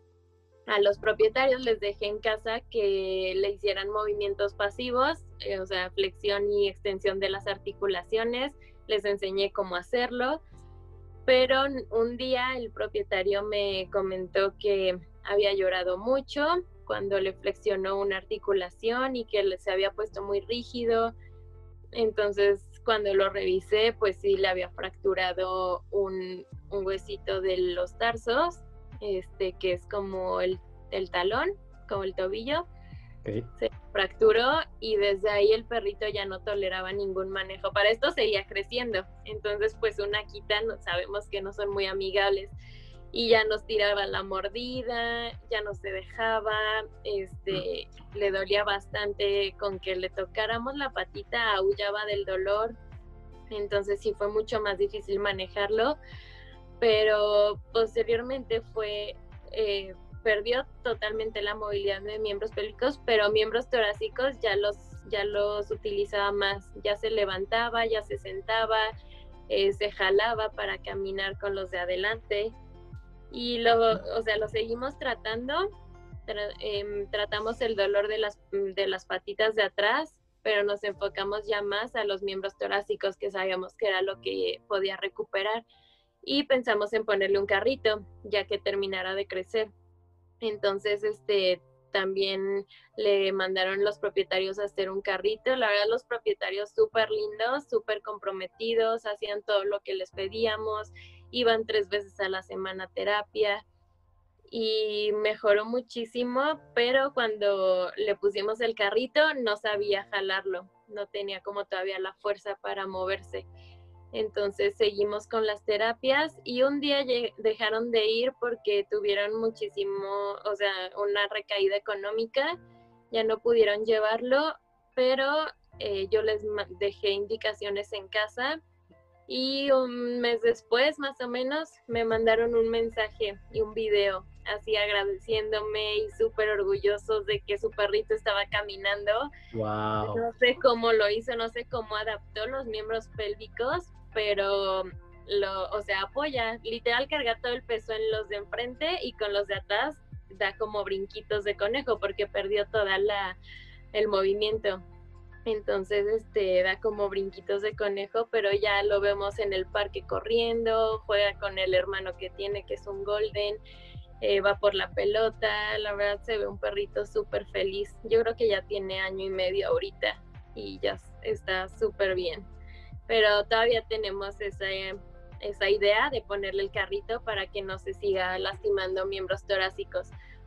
Speaker 3: A los propietarios les dejé en casa que le hicieran movimientos pasivos, eh, o sea, flexión y extensión de las articulaciones, les enseñé cómo hacerlo, pero un día el propietario me comentó que había llorado mucho cuando le flexionó una articulación y que se había puesto muy rígido. Entonces cuando lo revisé, pues sí le había fracturado un, un huesito de los tarsos, este, que es como el, el talón, como el tobillo. Okay. Se fracturó y desde ahí el perrito ya no toleraba ningún manejo. Para esto seguía creciendo, entonces pues una quita, no, sabemos que no son muy amigables, y ya nos tiraba la mordida, ya no se dejaba, este, mm. le dolía bastante con que le tocáramos la patita, aullaba del dolor, entonces sí fue mucho más difícil manejarlo, pero posteriormente fue, eh, perdió totalmente la movilidad de miembros pélvicos, pero miembros torácicos ya los, ya los utilizaba más, ya se levantaba, ya se sentaba, eh, se jalaba para caminar con los de adelante. Y lo, o sea, lo seguimos tratando, tra eh, tratamos el dolor de las, de las patitas de atrás, pero nos enfocamos ya más a los miembros torácicos, que sabíamos que era lo que podía recuperar, y pensamos en ponerle un carrito, ya que terminara de crecer. Entonces, este, también le mandaron los propietarios a hacer un carrito. La verdad, los propietarios súper lindos, súper comprometidos, hacían todo lo que les pedíamos, iban tres veces a la semana a terapia y mejoró muchísimo, pero cuando le pusimos el carrito no sabía jalarlo, no tenía como todavía la fuerza para moverse. Entonces seguimos con las terapias y un día dejaron de ir porque tuvieron muchísimo, o sea, una recaída económica, ya no pudieron llevarlo, pero eh, yo les dejé indicaciones en casa. Y un mes después, más o menos, me mandaron un mensaje y un video, así agradeciéndome y súper orgullosos de que su perrito estaba caminando.
Speaker 2: Wow.
Speaker 3: No sé cómo lo hizo, no sé cómo adaptó los miembros pélvicos, pero, lo, o sea, apoya. Literal, carga todo el peso en los de enfrente y con los de atrás da como brinquitos de conejo porque perdió toda la el movimiento. Entonces, este, da como brinquitos de conejo, pero ya lo vemos en el parque corriendo, juega con el hermano que tiene, que es un golden, eh, va por la pelota, la verdad se ve un perrito súper feliz. Yo creo que ya tiene año y medio ahorita y ya está súper bien. Pero todavía tenemos esa, esa idea de ponerle el carrito para que no se siga lastimando miembros torácicos,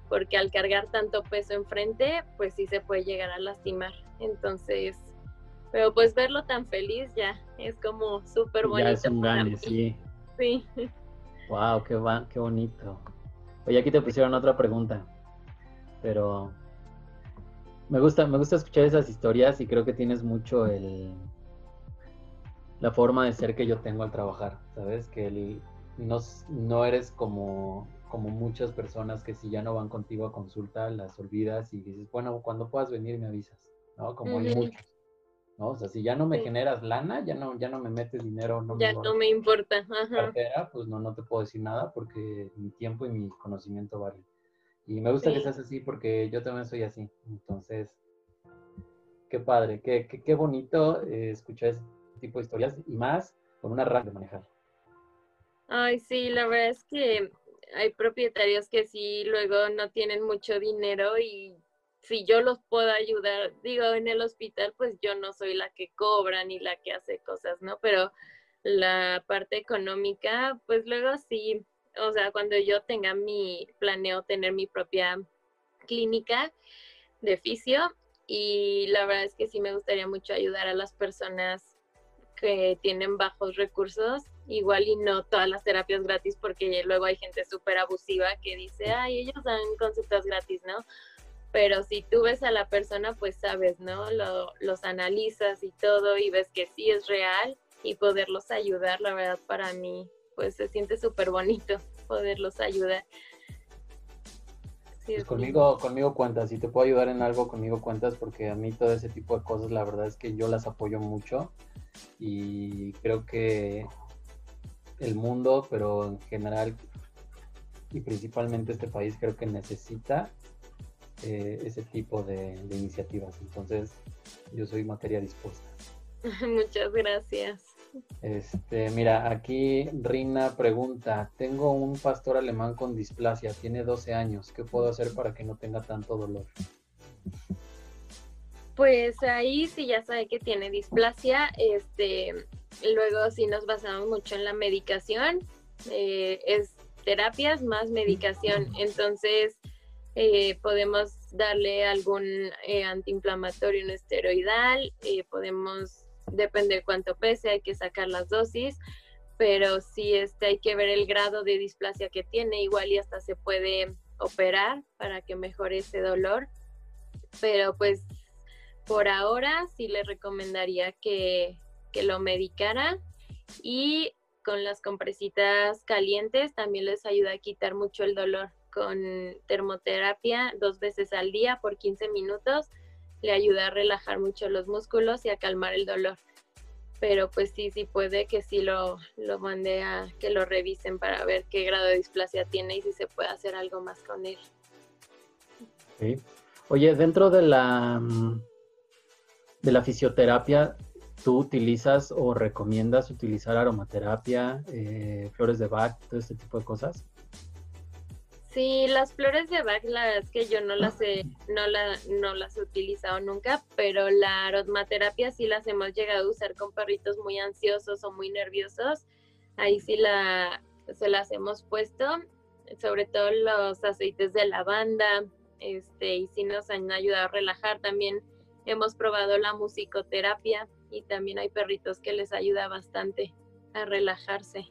Speaker 3: porque al cargar tanto peso enfrente, pues sí se puede llegar a lastimar. Entonces, pero pues verlo tan feliz ya es como súper bonito.
Speaker 2: Ya es un
Speaker 3: para
Speaker 2: gane,
Speaker 3: mí.
Speaker 2: sí.
Speaker 3: Sí.
Speaker 2: Wow, qué, va, qué bonito. Oye, aquí te pusieron otra pregunta, pero me gusta, me gusta escuchar esas historias y creo que tienes mucho el, la forma de ser que yo tengo al trabajar, ¿sabes? Que el, no, no eres como, como muchas personas que si ya no van contigo a consulta, las olvidas y dices, bueno, cuando puedas venir me avisas, ¿no? Como hay
Speaker 3: Ujú.
Speaker 2: muchos, ¿no? O sea, si ya no me
Speaker 3: Sí.
Speaker 2: generas lana, ya no, ya no me metes dinero, no
Speaker 3: Ya
Speaker 2: me
Speaker 3: no me importa. Ajá.
Speaker 2: cartera, pues no, no te puedo decir nada porque mi tiempo y mi conocimiento valen. Y me gusta que
Speaker 3: Sí.
Speaker 2: seas así porque yo también soy así. Entonces, qué padre, qué, qué, qué bonito eh, escuchar ese tipo de historias y más con una radio de manejar.
Speaker 3: Ay, sí, la verdad es que hay propietarios que sí luego no tienen mucho dinero y si yo los puedo ayudar, digo, en el hospital, pues yo no soy la que cobra ni la que hace cosas, ¿no? Pero la parte económica, pues luego sí, o sea, cuando yo tenga mi, planeo tener mi propia clínica de fisio y la verdad es que sí me gustaría mucho ayudar a las personas que tienen bajos recursos, igual y no todas las terapias gratis porque luego hay gente súper abusiva que dice, ay, ellos dan consultas gratis, ¿no? Pero si tú ves a la persona, pues sabes, ¿no? Lo, los analizas y todo y ves que sí es real y poderlos ayudar, la verdad para mí, pues se siente súper bonito poderlos ayudar. Sí,
Speaker 2: Pues
Speaker 3: es
Speaker 2: conmigo, conmigo cuentas, si te puedo ayudar en algo, conmigo cuentas, porque a mí todo ese tipo de cosas, la verdad es que yo las apoyo mucho y creo que el mundo, pero en general y principalmente este país, creo que necesita eh, ese tipo de, de iniciativas. Entonces, yo soy materia dispuesta.
Speaker 3: Muchas gracias.
Speaker 2: Este, mira, aquí Rina pregunta, tengo un pastor alemán con displasia, tiene doce años, ¿qué puedo hacer para que no tenga tanto dolor?
Speaker 3: Pues ahí sí ya sabe que tiene displasia, este, luego sí nos basamos mucho en la medicación, eh, es terapias más medicación, entonces eh, podemos darle algún eh, antiinflamatorio no esteroidal, eh, podemos, depende de cuánto pese, hay que sacar las dosis, pero sí este, hay que ver el grado de displasia que tiene, igual y hasta se puede operar para que mejore ese dolor, pero pues por ahora sí le recomendaría que, que lo medicara y con las compresitas calientes también les ayuda a quitar mucho el dolor. Con termoterapia dos veces al día por quince minutos le ayuda a relajar mucho los músculos y a calmar el dolor. Pero pues sí, sí puede que sí lo, lo mande a que lo revisen para ver qué grado de displasia tiene y si se puede hacer algo más con él.
Speaker 2: Sí. Oye, dentro de la, de la fisioterapia, ¿tú utilizas o recomiendas utilizar aromaterapia, eh, flores de Bach, todo este tipo de cosas?
Speaker 3: Sí, las flores de Bach, la verdad es que yo no las he, no la, no las he utilizado nunca, pero la aromaterapia sí las hemos llegado a usar con perritos muy ansiosos o muy nerviosos. Ahí sí la, se las hemos puesto, sobre todo los aceites de lavanda, este, y sí nos han ayudado a relajar. También hemos probado la musicoterapia y también hay perritos que les ayuda bastante a relajarse.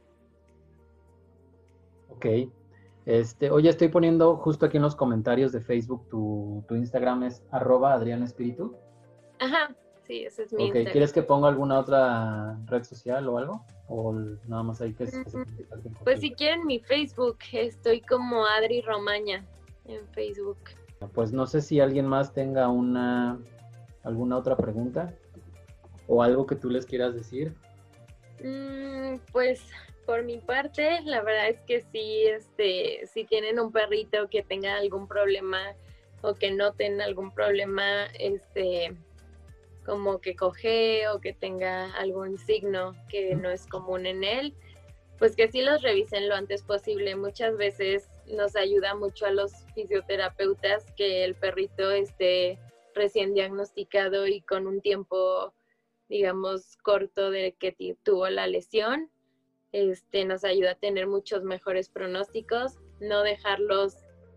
Speaker 2: Ok. Este, oye, estoy poniendo justo aquí en los comentarios de Facebook, tu, tu Instagram es arroba Adrián Espíritu.
Speaker 3: Ajá, sí, ese es mi
Speaker 2: Ok,
Speaker 3: Instagram.
Speaker 2: ¿quieres que ponga alguna otra red social o algo? ¿O nada más ahí que, que se contacten contigo?
Speaker 3: Pues si quieren mi Facebook, estoy como Adri Romaña en Facebook.
Speaker 2: Pues no sé si alguien más tenga una alguna otra pregunta o algo que tú les quieras decir.
Speaker 3: Mm, pues por mi parte, la verdad es que sí, este, si tienen un perrito que tenga algún problema o que noten algún problema, este, como que coge o que tenga algún signo que no es común en él, pues que sí los revisen lo antes posible. Muchas veces nos ayuda mucho a los fisioterapeutas que el perrito esté recién diagnosticado y con un tiempo, digamos, corto de que tuvo la lesión. Este, nos ayuda a tener muchos mejores pronósticos, no dejarlos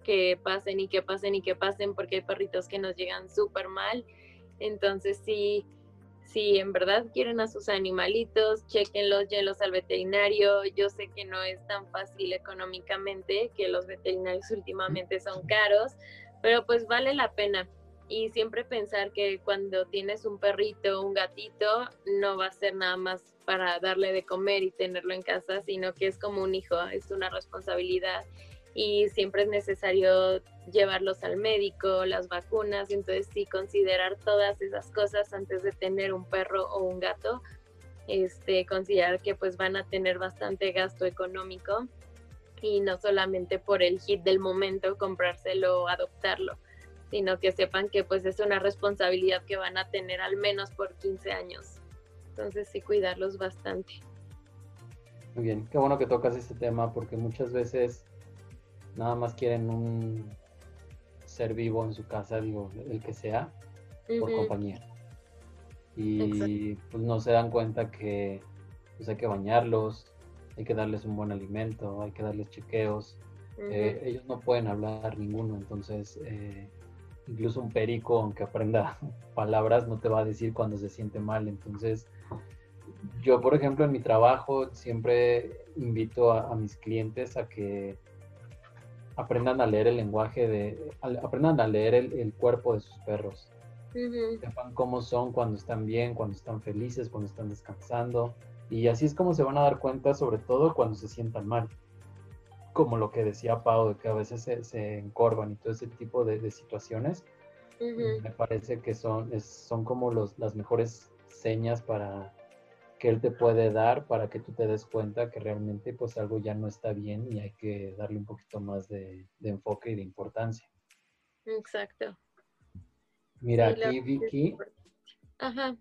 Speaker 3: que pasen y que pasen y que pasen porque hay perritos que nos llegan súper mal. Entonces sí, si en verdad quieren a sus animalitos, chéquenlos, llévenlos al veterinario. Yo sé que no es tan fácil económicamente, que los veterinarios últimamente son caros, pero pues vale la pena. Y siempre pensar que cuando tienes un perrito, un gatito, no va a ser nada más para darle de comer y tenerlo en casa, sino que es como un hijo, es una responsabilidad y siempre es necesario llevarlos al médico, las vacunas, y entonces sí considerar todas esas cosas antes de tener un perro o un gato, este, considerar que pues van a tener bastante gasto económico y no solamente por el hit del momento comprárselo o adoptarlo, sino que sepan que pues es una responsabilidad que van a tener al menos por quince años. Entonces sí, cuidarlos bastante.
Speaker 2: Muy bien, qué bueno que tocas este tema porque muchas veces nada más quieren un ser vivo en su casa, digo, el que sea, por
Speaker 3: Uh-huh.
Speaker 2: compañía. Y
Speaker 3: Exacto.
Speaker 2: pues no se dan cuenta que pues hay que bañarlos, hay que darles un buen alimento, hay que darles chequeos.
Speaker 3: Uh-huh.
Speaker 2: Eh, ellos no pueden hablar ninguno, entonces eh, incluso un perico, aunque aprenda palabras, no te va a decir cuando se siente mal. Entonces, yo, por ejemplo, en mi trabajo siempre invito a, a mis clientes a que aprendan a leer el lenguaje de, a, aprendan a leer el, el cuerpo de sus perros.
Speaker 3: Uh-huh.
Speaker 2: Sepan cómo son cuando están bien, cuando están felices, cuando están descansando. Y así es como se van a dar cuenta, sobre todo cuando se sientan mal. Como lo que decía Pau, de que a veces se, se encorvan y todo ese tipo de, de situaciones.
Speaker 3: Uh-huh.
Speaker 2: Me parece que son, es, son como los, las mejores señas para que él te puede dar para que tú te des cuenta que realmente pues algo ya no está bien y hay que darle un poquito más de, de enfoque y de importancia.
Speaker 3: Exacto.
Speaker 2: Mira,
Speaker 3: Sí, la
Speaker 2: aquí
Speaker 3: verdad es
Speaker 2: Vicky
Speaker 3: importante. Ajá.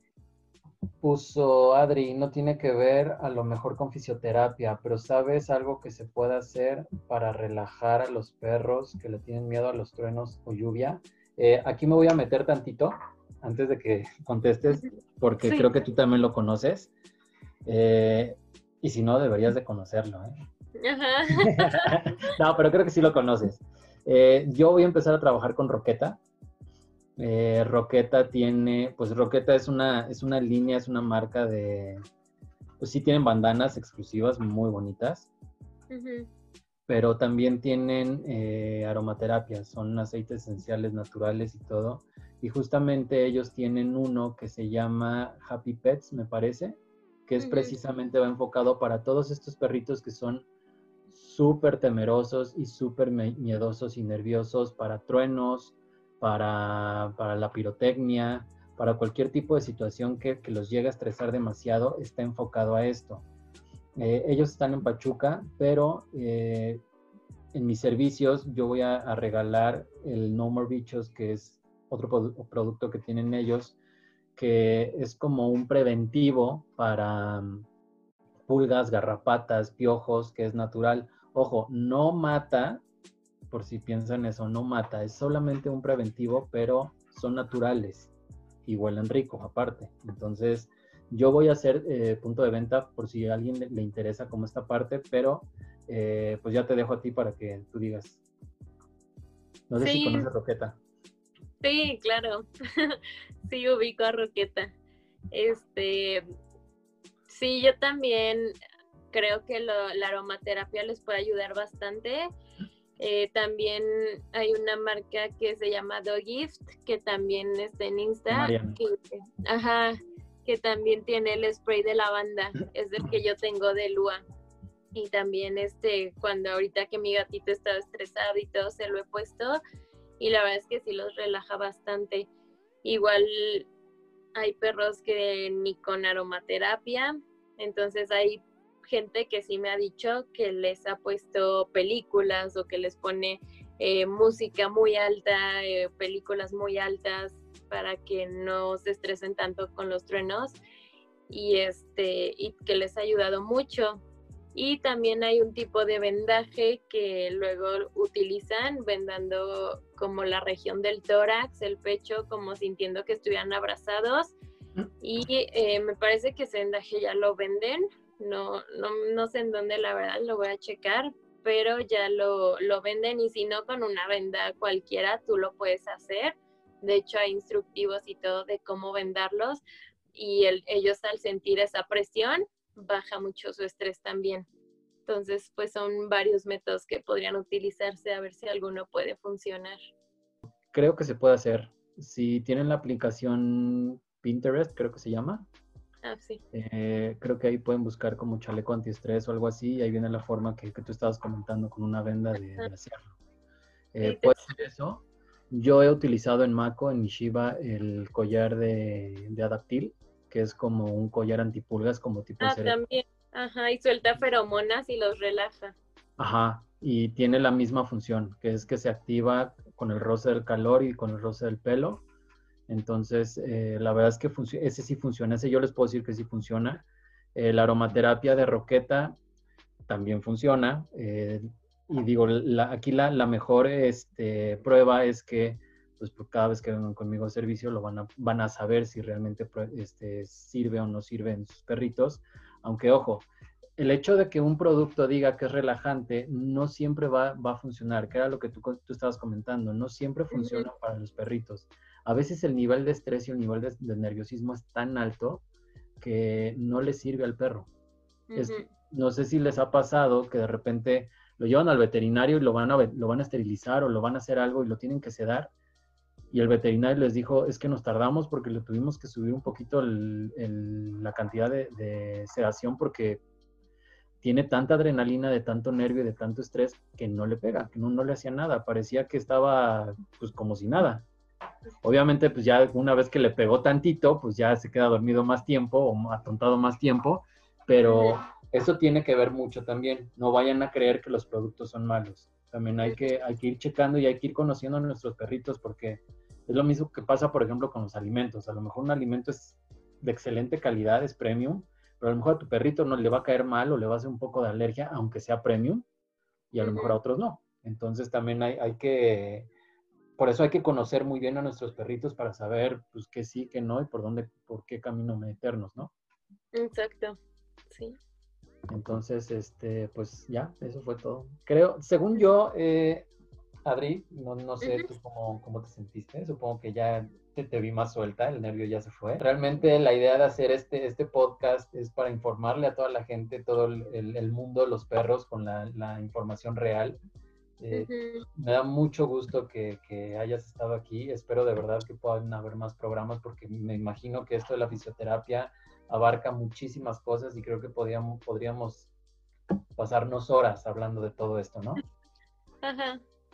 Speaker 2: puso, Adri, no tiene que ver a lo mejor con fisioterapia, pero ¿sabes algo que se pueda hacer para relajar a los perros que le tienen miedo a los truenos o lluvia? Eh, aquí me voy a meter tantito antes de que contestes, porque
Speaker 3: Sí.
Speaker 2: creo que tú también lo conoces. Eh, y si no, deberías de conocerlo, ¿eh?
Speaker 3: Ajá.
Speaker 2: No, pero creo que sí lo conoces. Eh, yo voy a empezar a trabajar con Roqueta. Eh, Roqueta tiene, pues Roqueta es una, es una línea, es una marca de, pues sí tienen bandanas exclusivas muy bonitas,
Speaker 3: Uh-huh.
Speaker 2: pero también tienen eh, aromaterapias, son aceites esenciales naturales y todo. Y justamente ellos tienen uno que se llama Happy Pets, me parece, que es
Speaker 3: Uh-huh.
Speaker 2: precisamente va enfocado para todos estos perritos que son súper temerosos y súper miedosos y nerviosos para truenos, para, para la pirotecnia, para cualquier tipo de situación que, que los llegue a estresar demasiado, está enfocado a esto. Eh, ellos están en Pachuca, pero eh, en mis servicios yo voy a, a regalar el No More Bichos, que es otro produ- producto que tienen ellos, que es como un preventivo para um, pulgas, garrapatas, piojos, que es natural. Ojo, no mata, por si piensan eso, no mata, es solamente un preventivo, pero son naturales y huelen rico aparte. Entonces, yo voy a hacer eh, punto de venta por si a alguien le, le interesa como esta parte, pero eh, pues ya te dejo a ti para que tú digas. No sé si
Speaker 3: Sí,
Speaker 2: conoces Roqueta.
Speaker 3: sí, claro. Sí, ubico a Roqueta. Este, sí, yo también creo que lo, la aromaterapia les puede ayudar bastante. Eh, también hay una marca que se llama Dogift, que también está en Insta,
Speaker 2: Mariana.
Speaker 3: que, ajá, que también tiene el spray de lavanda, es el que yo tengo de Lua. Y también este, cuando ahorita que mi gatito estaba estresado y todo, se lo he puesto y la verdad es que sí los relaja bastante. Igual hay perros que ni con aromaterapia, entonces hay gente que sí me ha dicho que les ha puesto películas o que les pone eh, música muy alta, eh, películas muy altas para que no se estresen tanto con los truenos y, este, y que les ha ayudado mucho. Y también hay un tipo de vendaje que luego utilizan vendando como la región del tórax, el pecho, como sintiendo que estuvieran abrazados. Y eh, me parece que ese vendaje ya lo venden. No, no, no sé en dónde, la verdad, lo voy a checar, pero ya lo, lo venden, y si no, con una venda cualquiera tú lo puedes hacer. De hecho, hay instructivos y todo de cómo vendarlos, y el, ellos al sentir esa presión baja mucho su estrés también. Entonces, pues son varios métodos que podrían utilizarse, a ver si alguno puede funcionar.
Speaker 2: Creo que se puede hacer. Si tienen la aplicación Pinterest, creo que se llama,
Speaker 3: Ah, sí.
Speaker 2: eh, creo que ahí pueden buscar como chaleco antiestrés o algo así, y ahí viene la forma que, que tú estabas comentando con una venda de, de hacerlo. Eh,
Speaker 3: Sí,
Speaker 2: puede
Speaker 3: sí.
Speaker 2: ser eso. Yo he utilizado en Mako, en Mishiba, el collar de, de Adaptil, que es como un collar antipulgas, como tipo de
Speaker 3: Ah,
Speaker 2: cerezo.
Speaker 3: también. Ajá, y suelta feromonas y los relaja.
Speaker 2: Ajá, y tiene la misma función, que es que se activa con el roce del calor y con el roce del pelo. Entonces, eh, la verdad es que ese sí funciona, ese yo les puedo decir que sí funciona. Eh, la aromaterapia de roqueta también funciona. Eh, y digo, la, aquí la, la mejor este, prueba es que pues, cada vez que vengan conmigo a servicio lo van a, van a saber si realmente este, sirve o no sirve en sus perritos. Aunque, ojo, el hecho de que un producto diga que es relajante no siempre va, va a funcionar, que era lo que tú, tú estabas comentando, no siempre funciona uh-huh. para los perritos. A veces el nivel de estrés y el nivel de, de nerviosismo es tan alto que no le sirve al perro. Uh-huh. Es, no sé si les ha pasado que de repente lo llevan al veterinario y lo van, a, lo van a esterilizar o lo van a hacer algo y lo tienen que sedar, y el veterinario les dijo, es que nos tardamos porque le tuvimos que subir un poquito el, el, la cantidad de, de sedación porque tiene tanta adrenalina, de tanto nervio y de tanto estrés que no le pega, que no, no le hacía nada, parecía que estaba pues como si nada. Obviamente pues ya una vez que le pegó tantito, pues ya se queda dormido más tiempo o atontado más tiempo, pero eso tiene que ver mucho también. No vayan a creer que los productos son malos. También hay que, hay que ir checando y hay que ir conociendo a nuestros perritos, porque es lo mismo que pasa, por ejemplo, con los alimentos. A lo mejor un alimento es de excelente calidad, es premium, pero a lo mejor a tu perrito no le va a caer mal o le va a hacer un poco de alergia, aunque sea premium, y a lo uh-huh. mejor a otros no. Entonces también hay, hay que, por eso hay que conocer muy bien a nuestros perritos para saber, pues, qué sí, qué no, y por dónde, por qué camino meternos, ¿no?
Speaker 3: Exacto, sí.
Speaker 2: Entonces, este, pues ya, eso fue todo. Creo, según yo, eh, Adri, no, no sé uh-huh. tú cómo, cómo te sentiste, supongo que ya te, te vi más suelta, el nervio ya se fue. Realmente la idea de hacer este, este podcast es para informarle a toda la gente, todo el, el, el mundo de los perros con la, la información real. Eh, uh-huh. Me da mucho gusto que, que hayas estado aquí, espero de verdad que puedan haber más programas porque me imagino que esto de la fisioterapia abarca muchísimas cosas y creo que podríamos, podríamos pasarnos horas hablando de todo esto, ¿no?
Speaker 3: Ajá.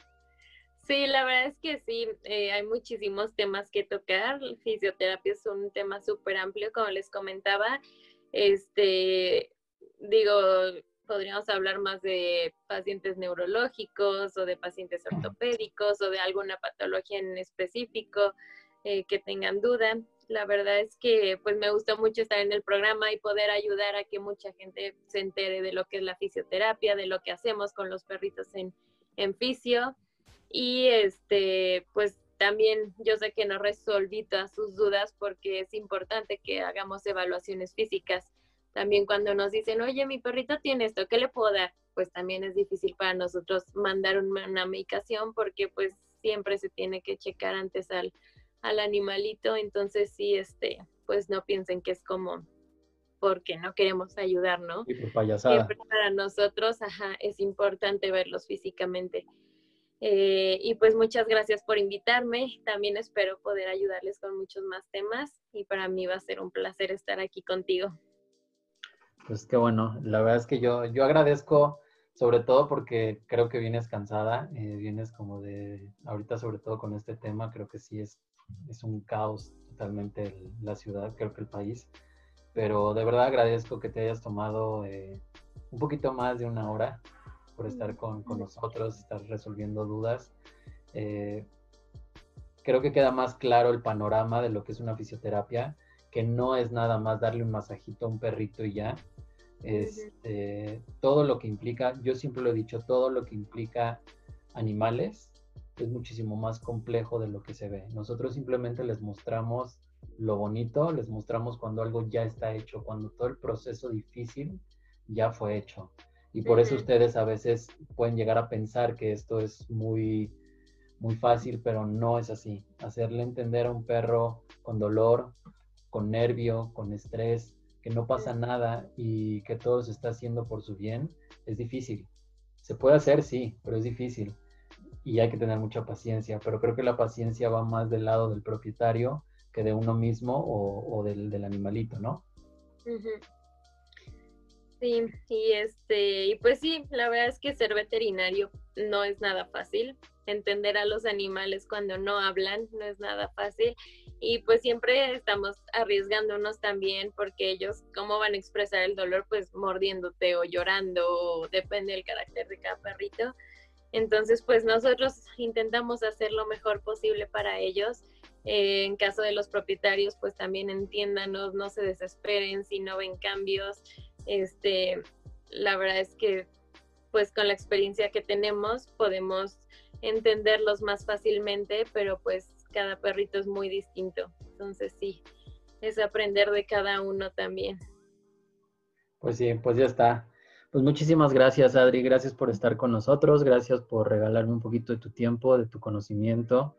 Speaker 3: Sí, la verdad es que sí, eh, hay muchísimos temas que tocar. La fisioterapia es un tema súper amplio, como les comentaba. Este, digo, podríamos hablar más de pacientes neurológicos o de pacientes ortopédicos o de alguna patología en específico eh, que tengan duda. La verdad es que pues me gustó mucho estar en el programa y poder ayudar a que mucha gente se entere de lo que es la fisioterapia, de lo que hacemos con los perritos en, en fisio. Y este, pues también yo sé que no resolví todas sus dudas porque es importante que hagamos evaluaciones físicas. También cuando nos dicen, oye, mi perrito tiene esto, ¿qué le puedo dar? Pues también es difícil para nosotros mandar una, una medicación porque pues siempre se tiene que checar antes al, al animalito. Entonces sí, este, pues no piensen que es como porque no queremos ayudar, ¿no?
Speaker 2: Y por payasada.
Speaker 3: Siempre para nosotros, ajá, es importante verlos físicamente. Eh, y pues muchas gracias por invitarme. También espero poder ayudarles con muchos más temas y para mí va a ser un placer estar aquí contigo.
Speaker 2: Pues qué bueno, la verdad es que yo, yo agradezco sobre todo porque creo que vienes cansada, eh, vienes como de, ahorita sobre todo con este tema, creo que sí es, es un caos totalmente el, la ciudad, creo que el país, pero de verdad agradezco que te hayas tomado eh, un poquito más de una hora por estar con, con nosotros, estar resolviendo dudas. Eh, creo que queda más claro el panorama de lo que es una fisioterapia, que no es nada más darle un masajito a un perrito y ya. Este, todo lo que implica, yo siempre lo he dicho, todo lo que implica animales es muchísimo más complejo de lo que se ve. Nosotros simplemente les mostramos lo bonito, les mostramos cuando algo ya está hecho, cuando todo el proceso difícil ya fue hecho. Y por eso
Speaker 3: Ujú.
Speaker 2: ustedes a veces pueden llegar a pensar que esto es muy, muy fácil, pero no es así. Hacerle entender a un perro con dolor, con nervio, con estrés, que no pasa nada y que todo se está haciendo por su bien, es difícil. Se puede hacer, sí, pero es difícil y hay que tener mucha paciencia, pero creo que la paciencia va más del lado del propietario que de uno mismo o, o del, del animalito, ¿no?
Speaker 3: Ujú. Sí, y este, y pues sí, la verdad es que ser veterinario no es nada fácil. Entender a los animales cuando no hablan no es nada fácil. Y pues siempre estamos arriesgándonos también porque ellos, ¿cómo van a expresar el dolor? Pues mordiéndote o llorando, o depende del carácter de cada perrito. Entonces, pues nosotros intentamos hacer lo mejor posible para ellos. Eh, en caso de los propietarios, pues también entiéndanos, no se desesperen si no ven cambios. Este, la verdad es que pues con la experiencia que tenemos podemos entenderlos más fácilmente, pero pues cada perrito es muy distinto. Entonces sí, es aprender de cada uno también.
Speaker 2: Pues sí, pues ya está. Pues muchísimas gracias, Adri. Gracias por estar con nosotros. Gracias por regalarme un poquito de tu tiempo, de tu conocimiento.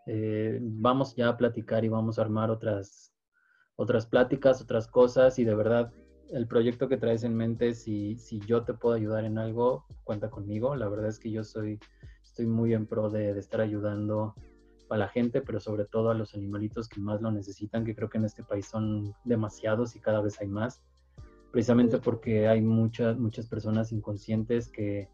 Speaker 2: Eh, vamos ya a platicar y vamos a armar otras, otras pláticas, otras cosas. Y de verdad, el proyecto que traes en mente, si, si yo te puedo ayudar en algo, cuenta conmigo. La verdad es que yo soy, estoy muy en pro de, de estar ayudando a la gente, pero sobre todo a los animalitos que más lo necesitan, que creo que en este país son demasiados y cada vez hay más. Precisamente porque hay muchas, muchas personas inconscientes que,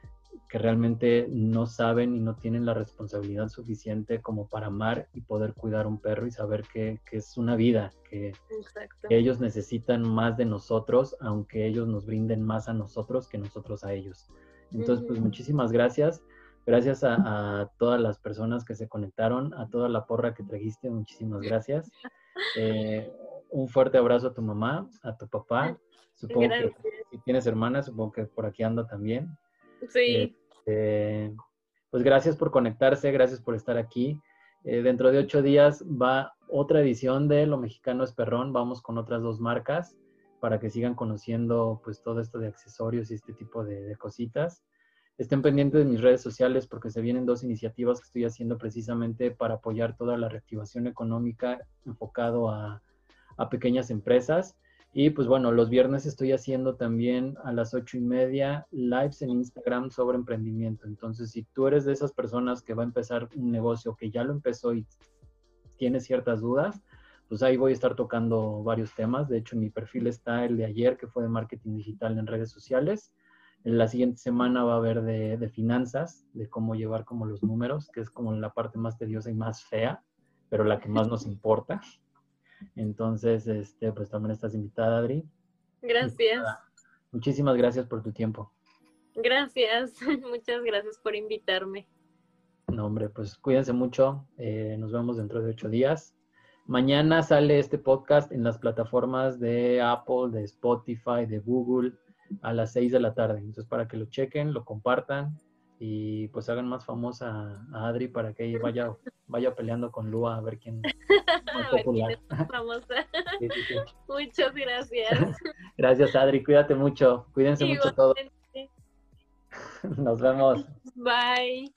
Speaker 2: que realmente no saben y no tienen la responsabilidad suficiente como para amar y poder cuidar un perro y saber que, que es una vida, que,
Speaker 3: Exacto.
Speaker 2: que ellos necesitan más de nosotros, aunque ellos nos brinden más a nosotros que nosotros a ellos. Entonces, pues
Speaker 3: Ujú.
Speaker 2: muchísimas gracias. Gracias a, a todas las personas que se conectaron, a toda la porra que trajiste, muchísimas gracias. Eh, un fuerte abrazo a tu mamá, a tu papá. Supongo que
Speaker 3: Gracias.
Speaker 2: si tienes hermanas, supongo que por aquí anda también.
Speaker 3: Sí.
Speaker 2: Este, pues gracias por conectarse, gracias por estar aquí. Eh, dentro de ocho días va otra edición de Lo Mexicano es Perrón. Vamos con otras dos marcas para que sigan conociendo pues todo esto de accesorios y este tipo de, de cositas. Estén pendientes de mis redes sociales porque se vienen dos iniciativas que estoy haciendo precisamente para apoyar toda la reactivación económica enfocado a, a pequeñas empresas. Y pues bueno, los viernes estoy haciendo también a las ocho y media lives en Instagram sobre emprendimiento. Entonces, si tú eres de esas personas que va a empezar un negocio que ya lo empezó y tienes ciertas dudas, pues ahí voy a estar tocando varios temas. De hecho, en mi perfil está el de ayer, que fue de marketing digital en redes sociales. En la siguiente semana va a haber de, de finanzas, de cómo llevar como los números, que es como la parte más tediosa y más fea, pero la que más nos importa. Entonces, este, pues también estás invitada, Adri. Y pues
Speaker 3: Gracias.
Speaker 2: nada, muchísimas gracias por tu tiempo.
Speaker 3: Gracias. Muchas gracias por invitarme.
Speaker 2: No, hombre, pues cuídense mucho. Eh, nos vemos dentro de ocho días. Mañana sale este podcast en las plataformas de Apple, de Spotify, de Google a las seis de la tarde. Entonces, para que lo chequen, lo compartan y pues hagan más famosa a Adri para que ella vaya, vaya peleando con Lua a ver quién es más
Speaker 3: A ver quién es
Speaker 2: popular.
Speaker 3: más famosa.
Speaker 2: Sí, sí, sí.
Speaker 3: Muchas gracias.
Speaker 2: Gracias, Adri. Cuídate mucho. Cuídense mucho todos.
Speaker 3: Igualmente.
Speaker 2: Nos vemos.
Speaker 3: Bye.